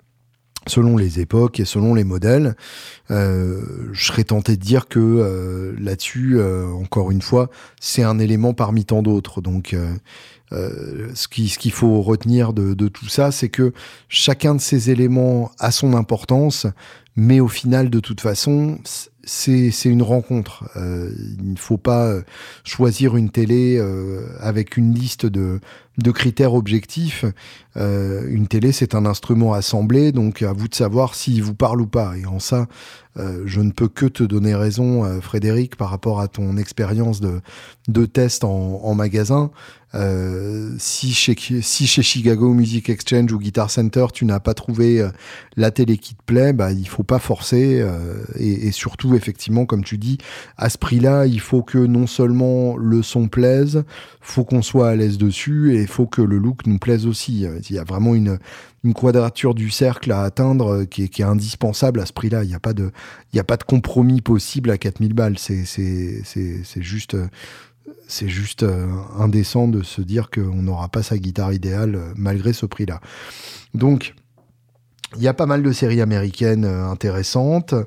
selon les époques et selon les modèles. Euh, je serais tenté de dire que euh, là-dessus, euh, encore une fois, c'est un élément parmi tant d'autres. Donc, euh, euh, ce, qui, ce qu'il faut retenir de, de tout ça, c'est que chacun de ces éléments a son importance, mais au final, de toute façon, c'est, c'est une rencontre. Euh, il ne faut pas choisir une télé euh, avec une liste de, de critères objectifs. Euh, une télé, c'est un instrument assemblé, donc à vous de savoir s'il vous parle ou pas. Et en ça, euh, je ne peux que te donner raison, euh, Frédéric, par rapport à ton expérience de, de test en, en magasin. Euh, si chez, si chez Chicago Music Exchange ou Guitar Center, tu n'as pas trouvé euh, la télé qui te plaît, bah, il faut pas forcer. Euh, et, et surtout, effectivement, comme tu dis, à ce prix-là, il faut que non seulement le son plaise, faut qu'on soit à l'aise dessus et il faut que le look nous plaise aussi. Il y a vraiment une, une quadrature du cercle à atteindre qui est, qui est indispensable à ce prix-là. Il n'y a pas de, il y a pas de compromis possible à quatre mille balles. C'est, c'est, c'est, c'est juste, c'est juste indécent de se dire qu'on n'aura pas sa guitare idéale malgré ce prix-là. Donc, il y a pas mal de séries américaines intéressantes.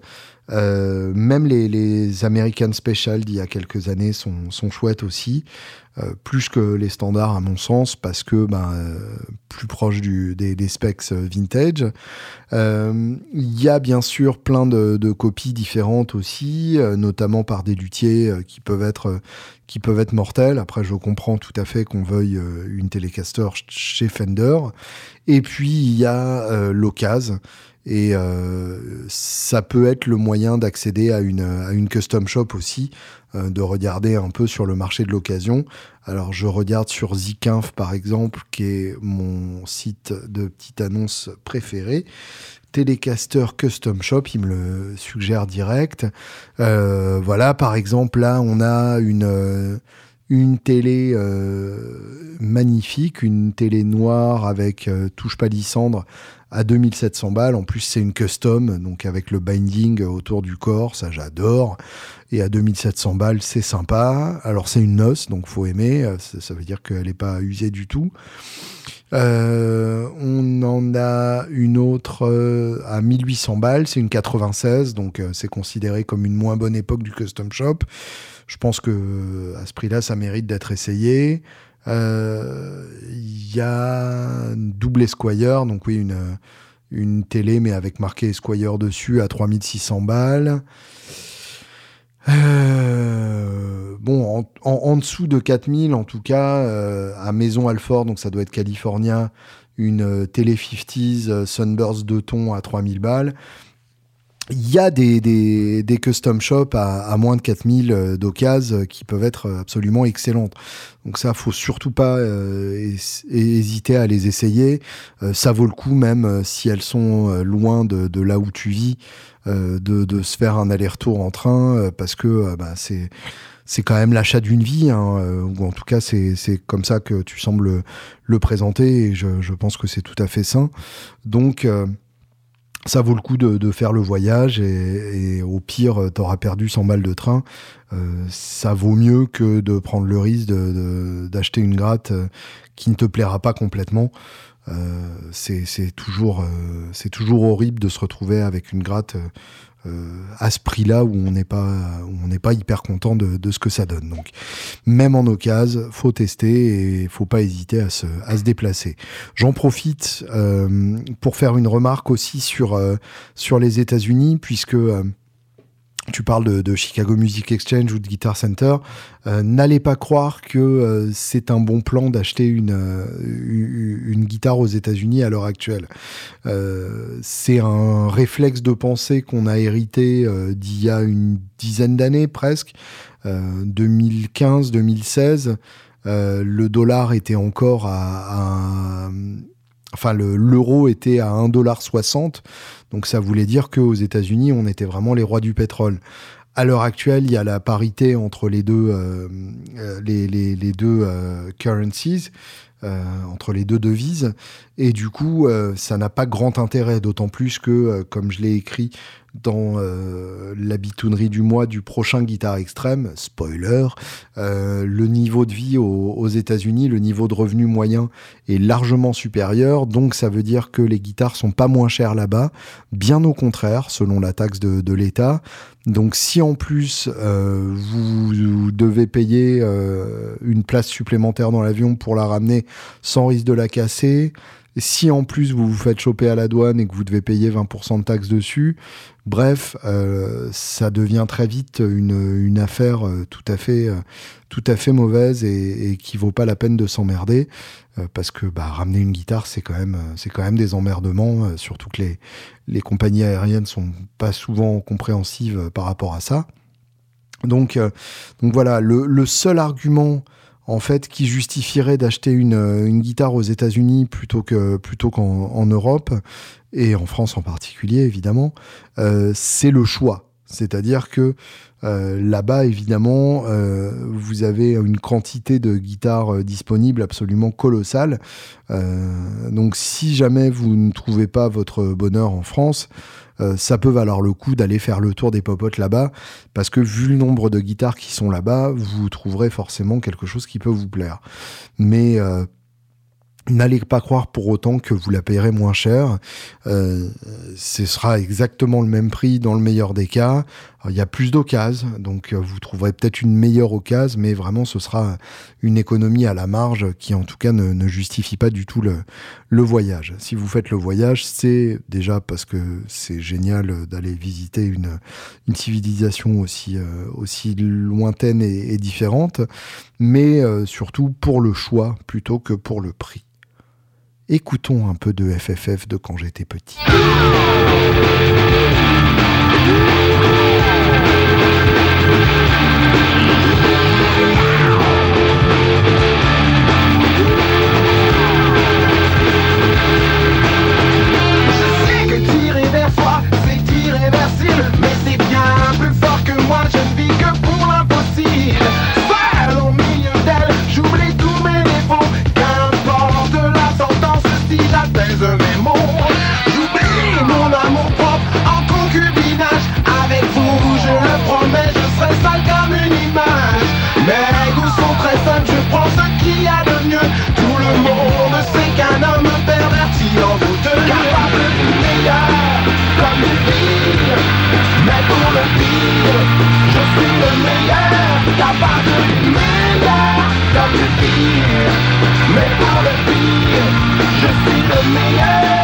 Euh, même les, les American Special d'il y a quelques années sont, sont chouettes aussi, euh, plus que les standards à mon sens, parce que ben, euh, plus proche du, des, des specs vintage. Euh, Il y a bien sûr plein de, de copies différentes aussi, euh, notamment par des luthiers euh, qui peuvent être euh, qui peuvent être mortels. Après, je comprends tout à fait qu'on veuille euh, une Telecaster chez Fender. Et puis, il y a euh, l'occasion. Et euh, ça peut être le moyen d'accéder à une, à une custom shop aussi, euh, de regarder un peu sur le marché de l'occasion. Alors, je regarde sur Zikinf, par exemple, qui est mon site de petite annonce préféré. Telecaster Custom Shop, il me le suggère direct. Euh, voilà, par exemple, là, on a une... Euh, une télé euh, magnifique, une télé noire avec euh, touche palissandre à deux mille sept cents balles. En plus, c'est une custom, donc avec le binding autour du corps, ça j'adore. Et à deux mille sept cents balles, c'est sympa. Alors, c'est une noce, donc faut aimer. Ça, ça veut dire qu'elle n'est pas usée du tout. Euh, on en a une autre euh, à mille huit cents balles, c'est une quatre-vingt-seize, donc euh, c'est considéré comme une moins bonne époque du custom shop. Je pense que à ce prix-là, ça mérite d'être essayé. Il euh, y a une double Esquire, donc oui, une, une télé, mais avec marqué Esquire dessus à trois mille six cents balles. Euh, bon, en, en, en dessous de quatre mille, en tout cas, euh, à Maison Alfort, donc ça doit être California, une euh, télé cinquante euh, Sunburst deux tons à trois mille balles. Il y a des, des, des custom shops à, à moins de quatre mille euh, d'occasion euh, qui peuvent être absolument excellentes. Donc ça, faut surtout pas euh, hés- hésiter à les essayer. Euh, ça vaut le coup, même euh, si elles sont euh, loin de, de là où tu vis, euh, de, de se faire un aller-retour en train, euh, parce que euh, bah, c'est c'est quand même l'achat d'une vie, hein, euh, ou en tout cas c'est c'est comme ça que tu sembles le, le présenter, et je, je pense que c'est tout à fait sain. Donc euh, ça vaut le coup de, de faire le voyage, et, et au pire, t'auras perdu cent balles de train. Euh, ça vaut mieux que de prendre le risque de, de, d'acheter une gratte qui ne te plaira pas complètement. Euh, c'est, c'est, toujours, euh, c'est toujours horrible de se retrouver avec une gratte euh, à ce prix-là où on n'est pas, où on n'est pas hyper content de, de ce que ça donne. Donc, même en occasion, faut tester et faut pas hésiter à se, à se déplacer. J'en profite euh, pour faire une remarque aussi sur, euh, sur les États-Unis, puisque euh, tu parles de, de Chicago Music Exchange ou de Guitar Center. Euh, n'allez pas croire que euh, c'est un bon plan d'acheter une, euh, une, une guitare aux États-Unis à l'heure actuelle. Euh, c'est un réflexe de pensée qu'on a hérité euh, d'il y a une dizaine d'années presque, euh, deux mille quinze deux mille seize. Euh, le dollar était encore à... à Enfin, le, l'euro était à un dollar soixante, donc ça voulait dire qu'aux États-Unis, on était vraiment les rois du pétrole. À l'heure actuelle, il y a la parité entre les deux, euh, les, les, les deux euh, currencies, euh, entre les deux devises, et du coup, euh, ça n'a pas grand intérêt, d'autant plus que, euh, comme je l'ai écrit dans euh, la bitonnerie du mois du prochain Guitare Extrême, spoiler, euh, le niveau de vie aux, aux États-Unis, le niveau de revenu moyen est largement supérieur, donc ça veut dire que les guitares sont pas moins chères là-bas, bien au contraire, selon la taxe de, de l'État. Donc si en plus euh, vous, vous devez payer euh, une place supplémentaire dans l'avion pour la ramener sans risque de la casser, si en plus vous vous faites choper à la douane et que vous devez payer vingt pour cent de taxes dessus, bref, euh, ça devient très vite une, une affaire euh, tout à fait, euh, tout à fait mauvaise, et, et qui vaut pas la peine de s'emmerder, euh, parce que bah, ramener une guitare, c'est quand même, c'est quand même des emmerdements, euh, surtout que les, les compagnies aériennes sont pas souvent compréhensives euh, par rapport à ça. Donc, euh, donc voilà, le, le seul argument en fait, qui justifierait d'acheter une, une guitare aux États-Unis plutôt que plutôt qu'en en Europe, et en France en particulier, évidemment, euh, c'est le choix. C'est-à-dire que euh, là-bas, évidemment, euh, vous avez une quantité de guitares euh, disponibles absolument colossale. Euh, donc, si jamais vous ne trouvez pas votre bonheur en France, Euh, ça peut valoir le coup d'aller faire le tour des popotes là-bas, parce que vu le nombre de guitares qui sont là-bas, vous trouverez forcément quelque chose qui peut vous plaire. Mais, euh, N'allez pas croire pour autant que vous la payerez moins cher. Euh, ce sera exactement le même prix dans le meilleur des cas. Alors, il y a plus d'occasions, donc euh, vous trouverez peut-être une meilleure occasion, mais vraiment ce sera une économie à la marge qui en tout cas ne, ne justifie pas du tout le, le voyage. Si vous faites le voyage, c'est déjà parce que c'est génial d'aller visiter une, une civilisation aussi, euh, aussi lointaine et, et différente, mais euh, surtout pour le choix plutôt que pour le prix. Écoutons un peu de F F F de quand j'étais petit. Je sais que tirer vers soi, c'est irréversible, mais c'est bien plus fort que moi, je ne vis que pour l'impossible. Seul au milieu d'elle, j'oublie tous mes défauts, qu'importe la sentence si j'apaise mes mots. J'oublie mon amour propre en concubinage. Avec vous, je le promets, je serai sale comme une image. Mes goûts sont très simples, je prends ce qu'il y a de mieux. Tout le monde sait qu'un homme perverti en vous deux, capable du meilleur, comme du pire. Mais pour le pire, je suis le meilleur, capable du meilleur, comme du pire. Mais pour le pire, je suis le meilleur.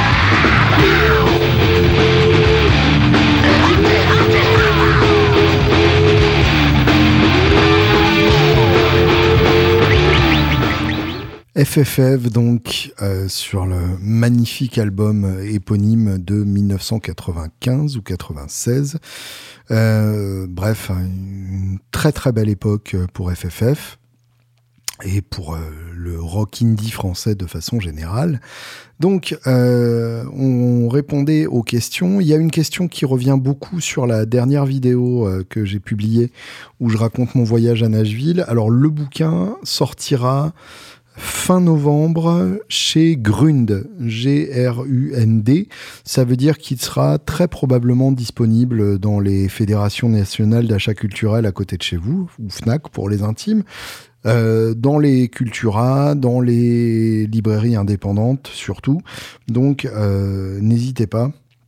F F F donc euh, sur le magnifique album éponyme de dix-neuf cent quatre-vingt-quinze ou quatre-vingt-seize. Euh, bref, une très très belle époque pour F F F et pour euh, le rock indie français de façon générale. Donc, euh, on répondait aux questions. Il y a une question qui revient beaucoup sur la dernière vidéo euh, que j'ai publiée où je raconte mon voyage à Nashville. Alors, le bouquin sortira fin novembre chez Grund, G R U N D. Ça veut dire qu'il sera très probablement disponible dans les fédérations nationales d'achat culturel à côté de chez vous, ou Fnac pour les intimes, euh, dans les Cultura, dans les librairies indépendantes surtout. Donc euh, n'hésitez pas.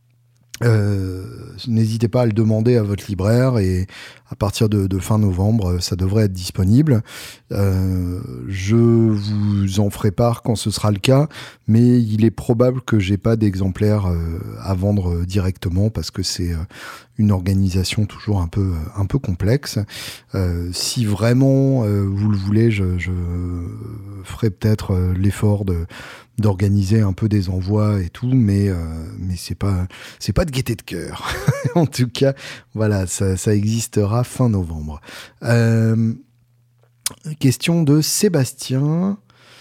Euh, n'hésitez pas à le demander à votre libraire et à partir de, de fin novembre, ça devrait être disponible. Euh, je vous en ferai part quand ce sera le cas, mais il est probable que j'ai pas d'exemplaires euh, à vendre directement parce que c'est euh, une organisation toujours un peu un peu complexe. Euh, si vraiment euh, vous le voulez, je, je ferai peut-être euh, l'effort de d'organiser un peu des envois et tout, mais euh, mais c'est pas c'est pas de gaieté de cœur. En tout cas, voilà, ça, ça existera fin novembre. Euh, question de Sébastien,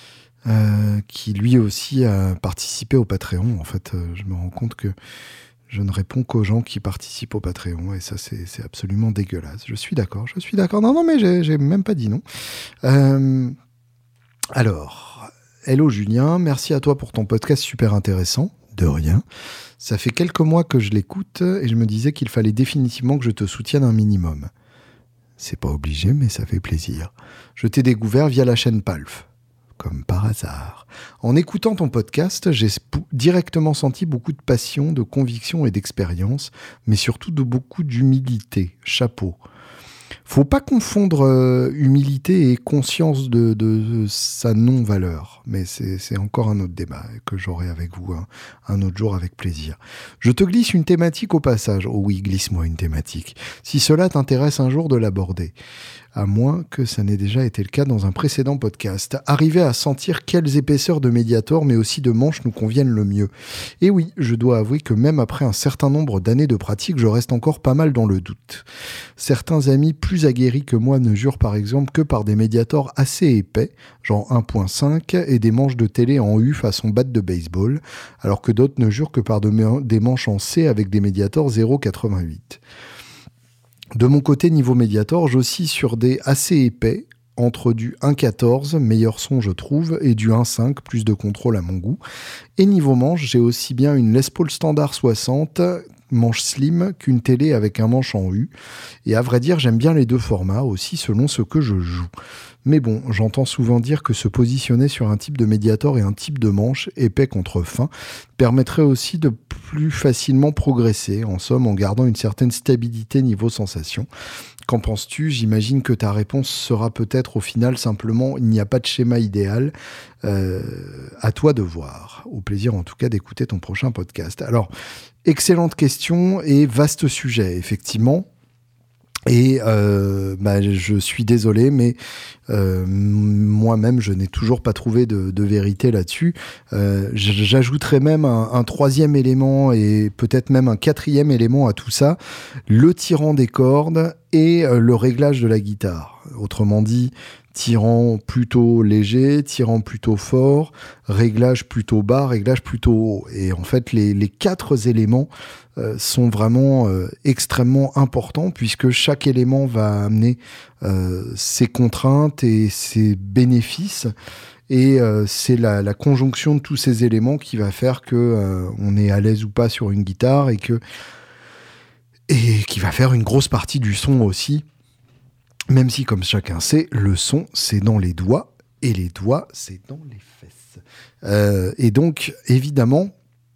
euh, qui lui aussi a participé au Patreon. En fait, euh, je me rends compte que je ne réponds qu'aux gens qui participent au Patreon, et ça, c'est, c'est absolument dégueulasse. Je suis d'accord, je suis d'accord. Non, non, mais j'ai, j'ai même pas dit non. Euh, alors... Hello Julien, merci à toi pour ton podcast super intéressant. De rien. Ça fait quelques mois que je l'écoute et je me disais qu'il fallait définitivement que je te soutienne un minimum. C'est pas obligé, mais ça fait plaisir. Je t'ai découvert via la chaîne Palf, comme par hasard. En écoutant ton podcast, j'ai sp- directement senti beaucoup de passion, de conviction et d'expérience, mais surtout de beaucoup d'humilité. Chapeau. Faut pas confondre euh, humilité et conscience de, de, de sa non-valeur, mais c'est, c'est encore un autre débat que j'aurai avec vous un, un autre jour avec plaisir. Je te glisse une thématique au passage. Oh oui, glisse-moi une thématique. Si cela t'intéresse un jour de l'aborder. À moins que ça n'ait déjà été le cas dans un précédent podcast. Arriver à sentir quelles épaisseurs de Mediator mais aussi de manches nous conviennent le mieux. Et oui, je dois avouer que même après un certain nombre d'années de pratique, je reste encore pas mal dans le doute. Certains amis plus aguerris que moi ne jurent par exemple que par des Mediators assez épais, genre un virgule cinq, et des manches de télé en U façon batte de baseball, alors que d'autres ne jurent que par de, des manches en C avec des Mediators zéro virgule quatre-vingt-huit. De mon côté, niveau Mediator, j'oscille sur des assez épais, entre du un virgule quatorze, meilleur son je trouve, et du un virgule cinq, plus de contrôle à mon goût. Et niveau manche, j'ai aussi bien une Les Paul Standard soixante, manche slim, qu'une télé avec un manche en U. Et à vrai dire, j'aime bien les deux formats, aussi selon ce que je joue. Mais bon, j'entends souvent dire que se positionner sur un type de médiator et un type de manche, épais contre fin, permettrait aussi de plus facilement progresser, en somme en gardant une certaine stabilité niveau sensation. Qu'en penses-tu ? J'imagine que ta réponse sera peut-être au final simplement « il n'y a pas de schéma idéal euh, ». À toi de voir. Au plaisir en tout cas d'écouter ton prochain podcast. Alors, excellente question et vaste sujet, effectivement. Et euh, bah, je suis désolé, mais euh, moi-même, je n'ai toujours pas trouvé de, de vérité là-dessus. Euh, j'ajouterais même un, un troisième élément et peut-être même un quatrième élément à tout ça, le tirant des cordes et euh, le réglage de la guitare. Autrement dit, tirant plutôt léger, tirant plutôt fort, réglage plutôt bas, réglage plutôt haut. Et en fait, les, les quatre éléments euh, sont vraiment euh, extrêmement importants puisque chaque élément va amener euh, ses contraintes et ses bénéfices. Et euh, c'est la, la conjonction de tous ces éléments qui va faire que euh, on est à l'aise ou pas sur une guitare et que et qui va faire une grosse partie du son aussi. Même si, comme chacun sait, le son, c'est dans les doigts, et les doigts, c'est dans les fesses. Euh, et donc, évidemment,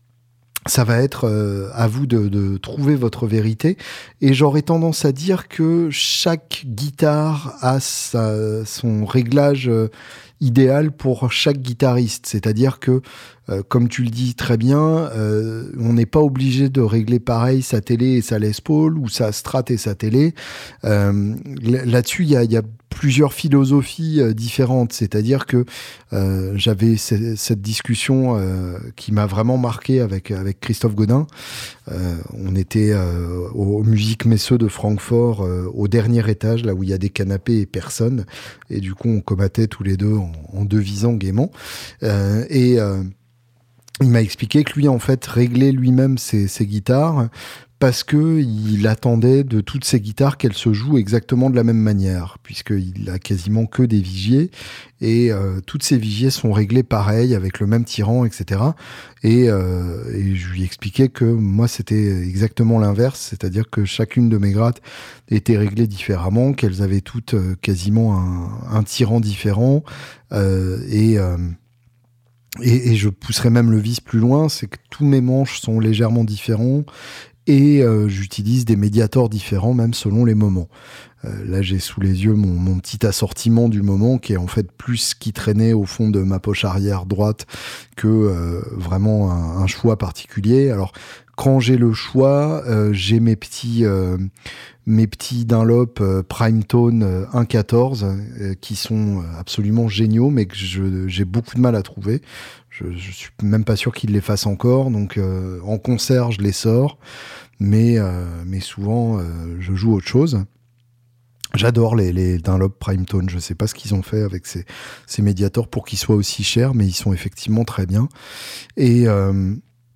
ça va être euh, à vous de, de trouver votre vérité. Et j'aurais tendance à dire que chaque guitare a sa, son réglage euh, idéal pour chaque guitariste. C'est-à-dire que, euh, comme tu le dis très bien, euh, on n'est pas obligé de régler pareil sa télé et sa Les Paul ou sa Strat et sa télé. Euh, là-dessus, il y a, y a plusieurs philosophies euh, différentes. C'est-à-dire que euh, j'avais c- cette discussion euh, qui m'a vraiment marqué avec, avec Christophe Godin. Euh, on était euh, au Musique Messeux de Francfort, euh, au dernier étage, là où il y a des canapés et personne. Et du coup, on combattait tous les deux en, en devisant gaiement. Euh, et euh, il m'a expliqué que lui, en fait, réglait lui-même ses, ses guitares parce que il attendait de toutes ses guitares qu'elles se jouent exactement de la même manière, puisqu'il a quasiment que des vigiers, et euh, toutes ces vigiers sont réglées pareil, avec le même tirant, et cetera. Et, euh, et je lui expliquais que moi, c'était exactement l'inverse, c'est-à-dire que chacune de mes grattes était réglée différemment, qu'elles avaient toutes euh, quasiment un, un tirant différent, euh, et... Euh, Et, et je pousserais même le vice plus loin, c'est que tous mes manches sont légèrement différents et euh, j'utilise des médiators différents même selon les moments. Euh, là, j'ai sous les yeux mon, mon petit assortiment du moment qui est en fait plus qui traînait au fond de ma poche arrière droite que euh, vraiment un, un choix particulier. Alors, quand j'ai le choix, euh, j'ai mes petits... Euh, mes petits Dunlop euh, Prime Tone euh, un quatorze euh, qui sont absolument géniaux mais que je, j'ai beaucoup de mal à trouver. Je, je suis même pas sûr qu'ils les fassent encore, donc euh, en concert je les sors, mais, euh, mais souvent euh, je joue autre chose. J'adore les, les Dunlop Prime Tone, je sais pas ce qu'ils ont fait avec ces, ces médiators pour qu'ils soient aussi chers, mais ils sont effectivement très bien. Et... Euh,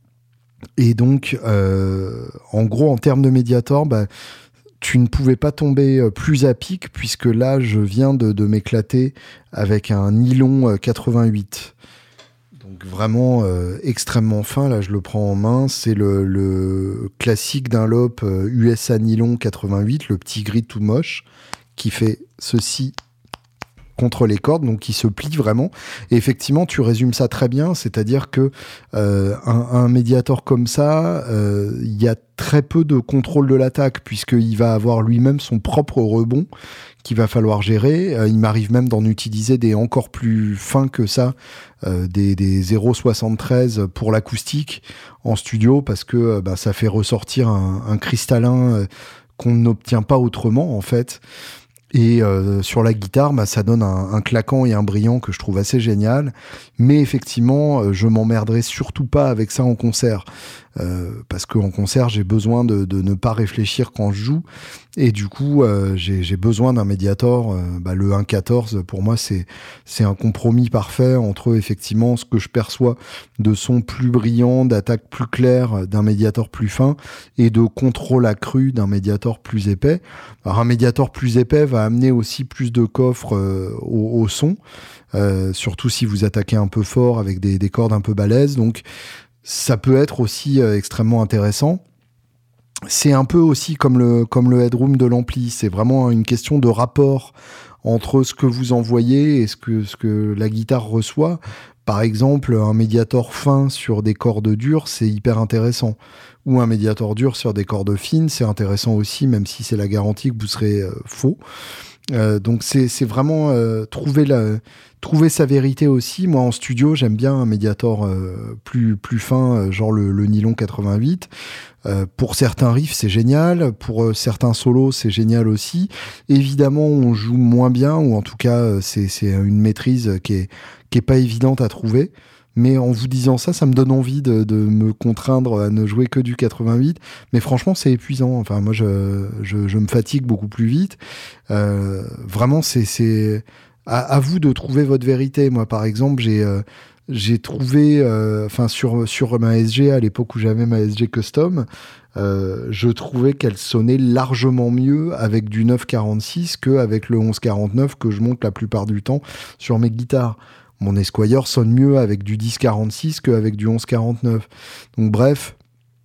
et donc, euh, en gros, en termes de médiator, bah, tu ne pouvais pas tomber plus à pic, puisque là, je viens de, de m'éclater avec un nylon quatre-vingt-huit. Donc vraiment euh, extrêmement fin, là, je le prends en main. C'est le, le classique Dunlop euh, U S A nylon quatre-vingt-huit, le petit gris tout moche, qui fait ceci contre les cordes, donc qui se plie vraiment. Et effectivement, tu résumes ça très bien, c'est-à-dire que euh, un, un médiator comme ça, il euh, y a très peu de contrôle de l'attaque, puisqu'il va avoir lui-même son propre rebond qu'il va falloir gérer. Euh, il m'arrive même d'en utiliser des encore plus fins que ça, euh, des, des zéro virgule soixante-treize pour l'acoustique en studio, parce que euh, bah, ça fait ressortir un, un cristallin euh, qu'on n'obtient pas autrement, en fait. Et euh, sur la guitare, bah, ça donne un, un claquant et un brillant que je trouve assez génial. Mais effectivement, euh, je m'emmerderai surtout pas avec ça en concert. Euh, parce qu'en concert, j'ai besoin de, de ne pas réfléchir quand je joue. Et du coup, euh, j'ai, j'ai besoin d'un médiator. Euh, bah, le un quatorze, pour moi, c'est, c'est un compromis parfait entre effectivement ce que je perçois de son plus brillant, d'attaque plus claire d'un médiator plus fin et de contrôle accru d'un médiator plus épais. Alors, un médiator plus épais va amener aussi plus de coffre euh, au, au son, euh, surtout si vous attaquez un peu fort avec des, des cordes un peu balèzes. Donc, ça peut être aussi euh, extrêmement intéressant. c'est un peu aussi comme le, comme le headroom de l'ampli. C'est vraiment une question de rapport entre ce que vous envoyez et ce que, ce que la guitare reçoit. Par exemple, un médiator fin sur des cordes dures, c'est hyper intéressant. Ou un médiator dur sur des cordes fines, c'est intéressant aussi, même si c'est la garantie que vous serez euh, faux. Euh, donc c'est, c'est vraiment euh, trouver, la, trouver sa vérité aussi. Moi, en studio, j'aime bien un médiator euh, plus, plus fin, euh, genre le, le nylon quatre-vingt-huit. Euh, pour certains riffs, c'est génial. Pour euh, certains solos, c'est génial aussi. Évidemment, on joue moins bien, ou en tout cas, euh, c'est, c'est une maîtrise qui est, qui est pas évidente à trouver. Mais en vous disant ça, ça me donne envie de, de me contraindre à ne jouer que du quatre-vingt-huit. Mais franchement, c'est épuisant. Enfin, moi, je, je, je me fatigue beaucoup plus vite. Euh, vraiment, c'est, c'est à, à vous de trouver votre vérité. Moi, par exemple, j'ai, euh, j'ai trouvé, enfin, euh, sur, sur ma S G, à l'époque où j'avais ma S G Custom, euh, je trouvais qu'elle sonnait largement mieux avec du neuf quarante-six qu'avec le onze quarante-neuf que je monte la plupart du temps sur mes guitares. Mon Esquire sonne mieux avec du dix quarante-six qu'avec du onze quarante-neuf. Donc bref,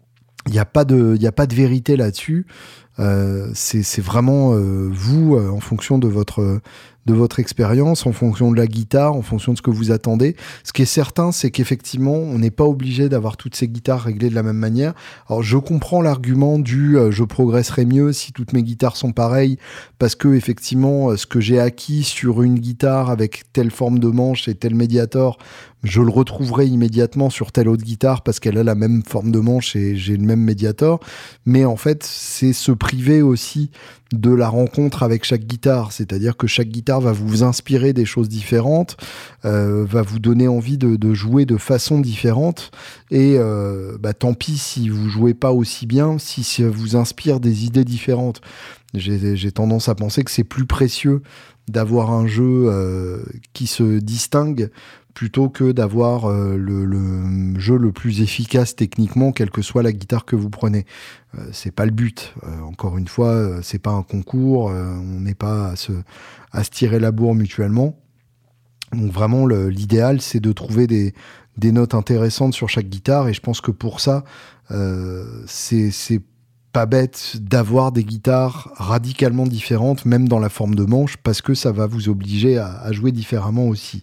il n'y a pas de, il n'y a pas de vérité là-dessus. Euh, c'est, c'est vraiment euh, vous, euh, en fonction de votre, de votre expérience, en fonction de la guitare, en fonction de ce que vous attendez. Ce qui est certain, c'est qu'effectivement, on n'est pas obligé d'avoir toutes ces guitares réglées de la même manière. Alors, je comprends l'argument du euh, « je progresserai mieux si toutes mes guitares sont pareilles », parce que effectivement, ce que j'ai acquis sur une guitare avec telle forme de manche et tel médiator, je le retrouverai immédiatement sur telle autre guitare parce qu'elle a la même forme de manche et j'ai le même médiator. Mais en fait, c'est se priver aussi de la rencontre avec chaque guitare. C'est-à-dire que chaque guitare va vous inspirer des choses différentes, euh, va vous donner envie de, de jouer de façon différente. Et euh, bah, tant pis si vous jouez pas aussi bien, si ça vous inspire des idées différentes. J'ai, j'ai tendance à penser que c'est plus précieux d'avoir un jeu euh, qui se distingue plutôt que d'avoir euh, le, le jeu le plus efficace techniquement, quelle que soit la guitare que vous prenez. Euh, c'est pas le but. Euh, encore une fois, euh, c'est pas un concours. Euh, on n'est pas à se, à se tirer la bourre mutuellement. Donc vraiment, le, l'idéal, c'est de trouver des, des notes intéressantes sur chaque guitare. Et je pense que pour ça, euh, c'est, c'est pas bête d'avoir des guitares radicalement différentes, même dans la forme de manche, parce que ça va vous obliger à, à jouer différemment aussi.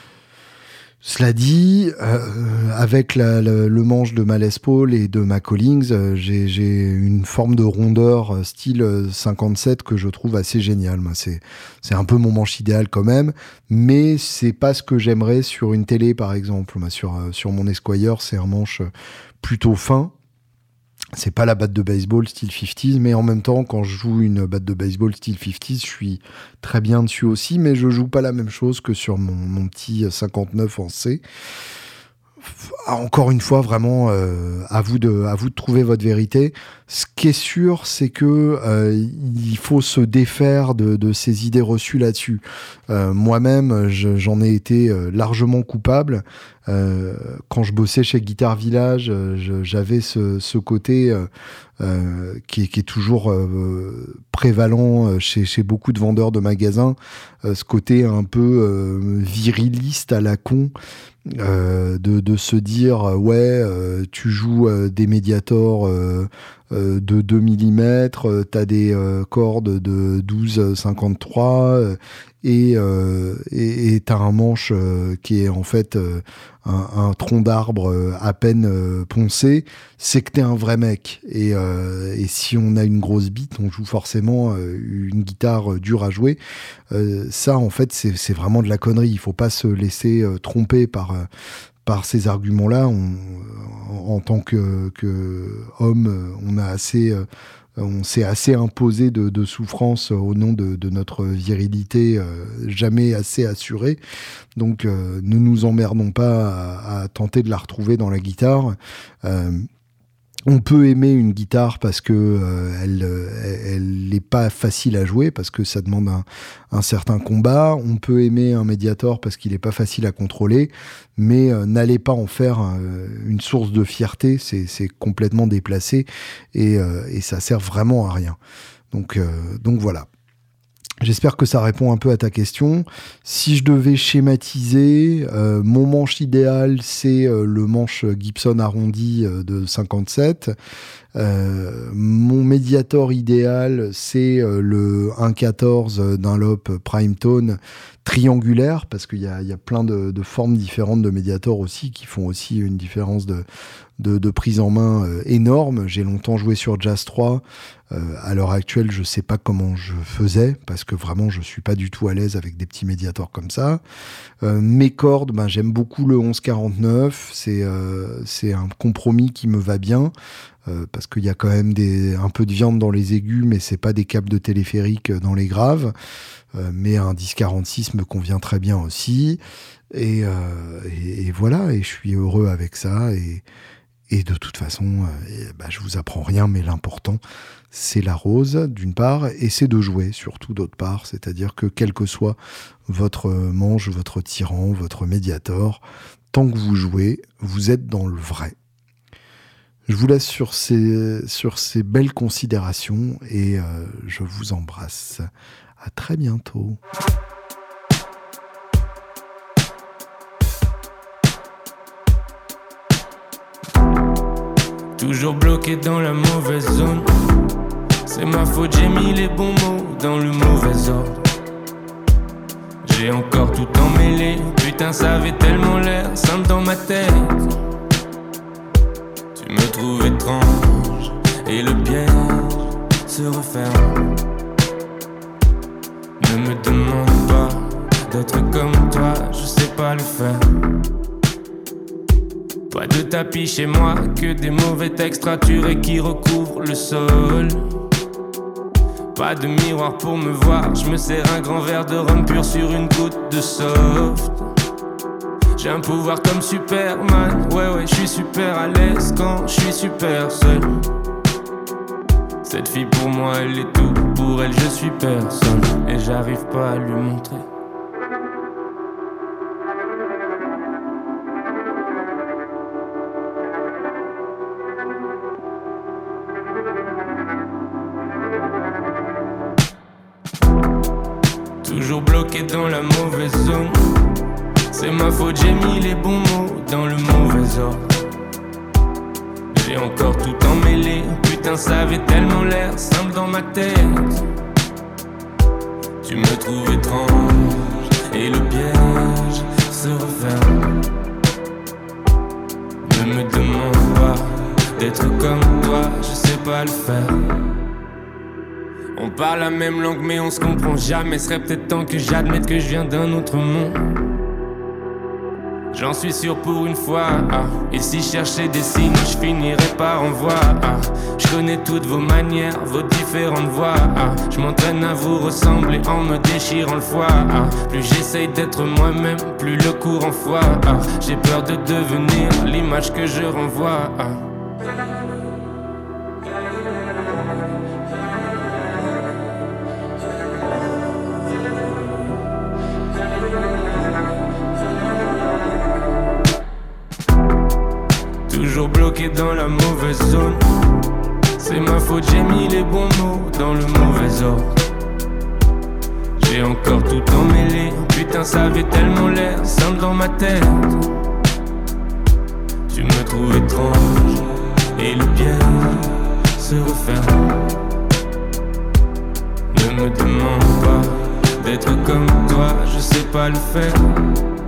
Cela dit, euh, avec la, la, le manche de ma Les Paul et de ma Collings, euh, j'ai, j'ai une forme de rondeur euh, style cinquante-sept que je trouve assez géniale. Moi, c'est, c'est un peu mon manche idéal quand même, mais c'est pas ce que j'aimerais sur une télé, par exemple. Moi, sur, euh, sur mon Esquire, c'est un manche plutôt fin. C'est pas la batte de baseball style cinquante, mais en même temps, quand je joue une batte de baseball style cinquante, je suis très bien dessus aussi, mais je joue pas la même chose que sur mon, mon petit cinquante-neuf en C. Encore une fois, vraiment, euh, à vous de, à vous de trouver votre vérité. Ce qui est sûr, c'est que euh, il faut se défaire de, de ces idées reçues là-dessus. Euh, moi-même, je, j'en ai été euh, largement coupable. Euh, quand je bossais chez Guitar Village, je, j'avais ce, ce côté euh, euh, qui, est, qui est toujours euh, prévalent chez, chez beaucoup de vendeurs de magasins, euh, ce côté un peu euh, viriliste à la con. Euh, de, de se dire euh, ouais euh, tu joues euh, des médiators euh, euh, de deux millimètres, euh, t'as des euh, cordes de douze cinquante-trois euh, et, euh, et, et t'as un manche euh, qui est en fait euh, un, un tronc d'arbre euh, à peine euh, poncé, c'est que t'es un vrai mec. Et, euh, et si on a une grosse bite, on joue forcément euh, une guitare euh, dure à jouer. Euh, ça, en fait, c'est, c'est vraiment de la connerie. Il faut pas se laisser euh, tromper par, euh, par ces arguments-là. On, en, en tant que, que homme, on a assez... Euh, on s'est assez imposé de, de souffrance au nom de, de notre virilité euh, jamais assez assurée. Donc, euh, ne nous emmerdons pas à, à tenter de la retrouver dans la guitare. Euh, On peut aimer une guitare parce que euh, elle, elle n'est pas facile à jouer, parce que ça demande un, un certain combat. On peut aimer un médiator parce qu'il n'est pas facile à contrôler, mais euh, n'allez pas en faire euh, une source de fierté. C'est, c'est complètement déplacé et, euh, et ça sert vraiment à rien. Donc, euh, donc voilà. J'espère que ça répond un peu à ta question. Si je devais schématiser, euh, mon manche idéal, c'est euh, le manche Gibson arrondi euh, de cinquante-sept. Euh, mon médiator idéal, c'est euh, le un quatorze Dunlop Primetone triangulaire, parce qu'il y a, il y a plein de, de formes différentes de médiator aussi, qui font aussi une différence de, de, de prise en main euh, énorme. J'ai longtemps joué sur Jazz trois. Euh, à l'heure actuelle, je sais pas comment je faisais, parce que vraiment, je suis pas du tout à l'aise avec des petits médiators comme ça. Euh, mes cordes, ben, j'aime beaucoup le onze quarante-neuf. C'est, euh, c'est un compromis qui me va bien. Euh, parce qu'il y a quand même des, un peu de viande dans les aigus, mais c'est pas des câbles de téléphérique dans les graves. Euh, mais un dix quarante-six me convient très bien aussi. Et, euh, et, et voilà, et je suis heureux avec ça. Et, et de toute façon, euh, bah, je vous apprends rien, mais l'important, c'est la rose, d'une part, et c'est de jouer, surtout d'autre part. C'est-à-dire que quel que soit votre manche, votre tyran, votre médiator, tant que vous jouez, vous êtes dans le vrai. Je vous laisse sur ces, sur ces belles considérations et euh, je vous embrasse. À très bientôt. Toujours bloqué dans la mauvaise zone. C'est ma faute, j'ai mis les bons mots dans le mauvais ordre. J'ai encore tout emmêlé. Putain, ça avait tellement l'air simple dans ma tête. Tu me trouves étrange et le piège se referme. Ne me demande pas d'être comme toi, je sais pas le faire. Pas de tapis chez moi, que des mauvais textes raturés qui recouvrent le sol. Pas de miroir pour me voir, je me sers un grand verre de rhum pur sur une goutte de soft. J'ai un pouvoir comme Superman, ouais ouais, je suis super à l'aise quand je suis super seul. Cette fille pour moi elle est tout, pour elle je suis personne. Et j'arrive pas à lui montrer. Toujours bloqué dans la mauvaise zone. C'est ma faute, j'ai mis les bons mots dans le mauvais ordre. J'ai encore tout emmêlé. Putain, ça avait tellement l'air simple dans ma tête. Tu me trouves étrange et le piège se referme. Ne me demande pas d'être comme toi, je sais pas le faire. On parle la même langue mais on se comprend jamais. Serait peut-être temps que j'admette que je viens d'un autre monde. J'en suis sûr pour une fois, ah. Et si je cherchais des signes, je finirais par en voir, ah. Je connais toutes vos manières, vos différentes voix, ah. Je m'entraîne à vous ressembler en me déchirant le foie, ah. Plus j'essaye d'être moi-même, plus le courant foie, ah. J'ai peur de devenir l'image que je renvoie, ah. Toujours bloqué dans la mauvaise zone. C'est ma faute, j'ai mis les bons mots dans le mauvais ordre. J'ai encore tout emmêlé. Putain, ça avait tellement l'air simple dans ma tête. Tu me trouves étrange et le piège se referme. Ne me demande pas d'être comme toi, je sais pas le faire.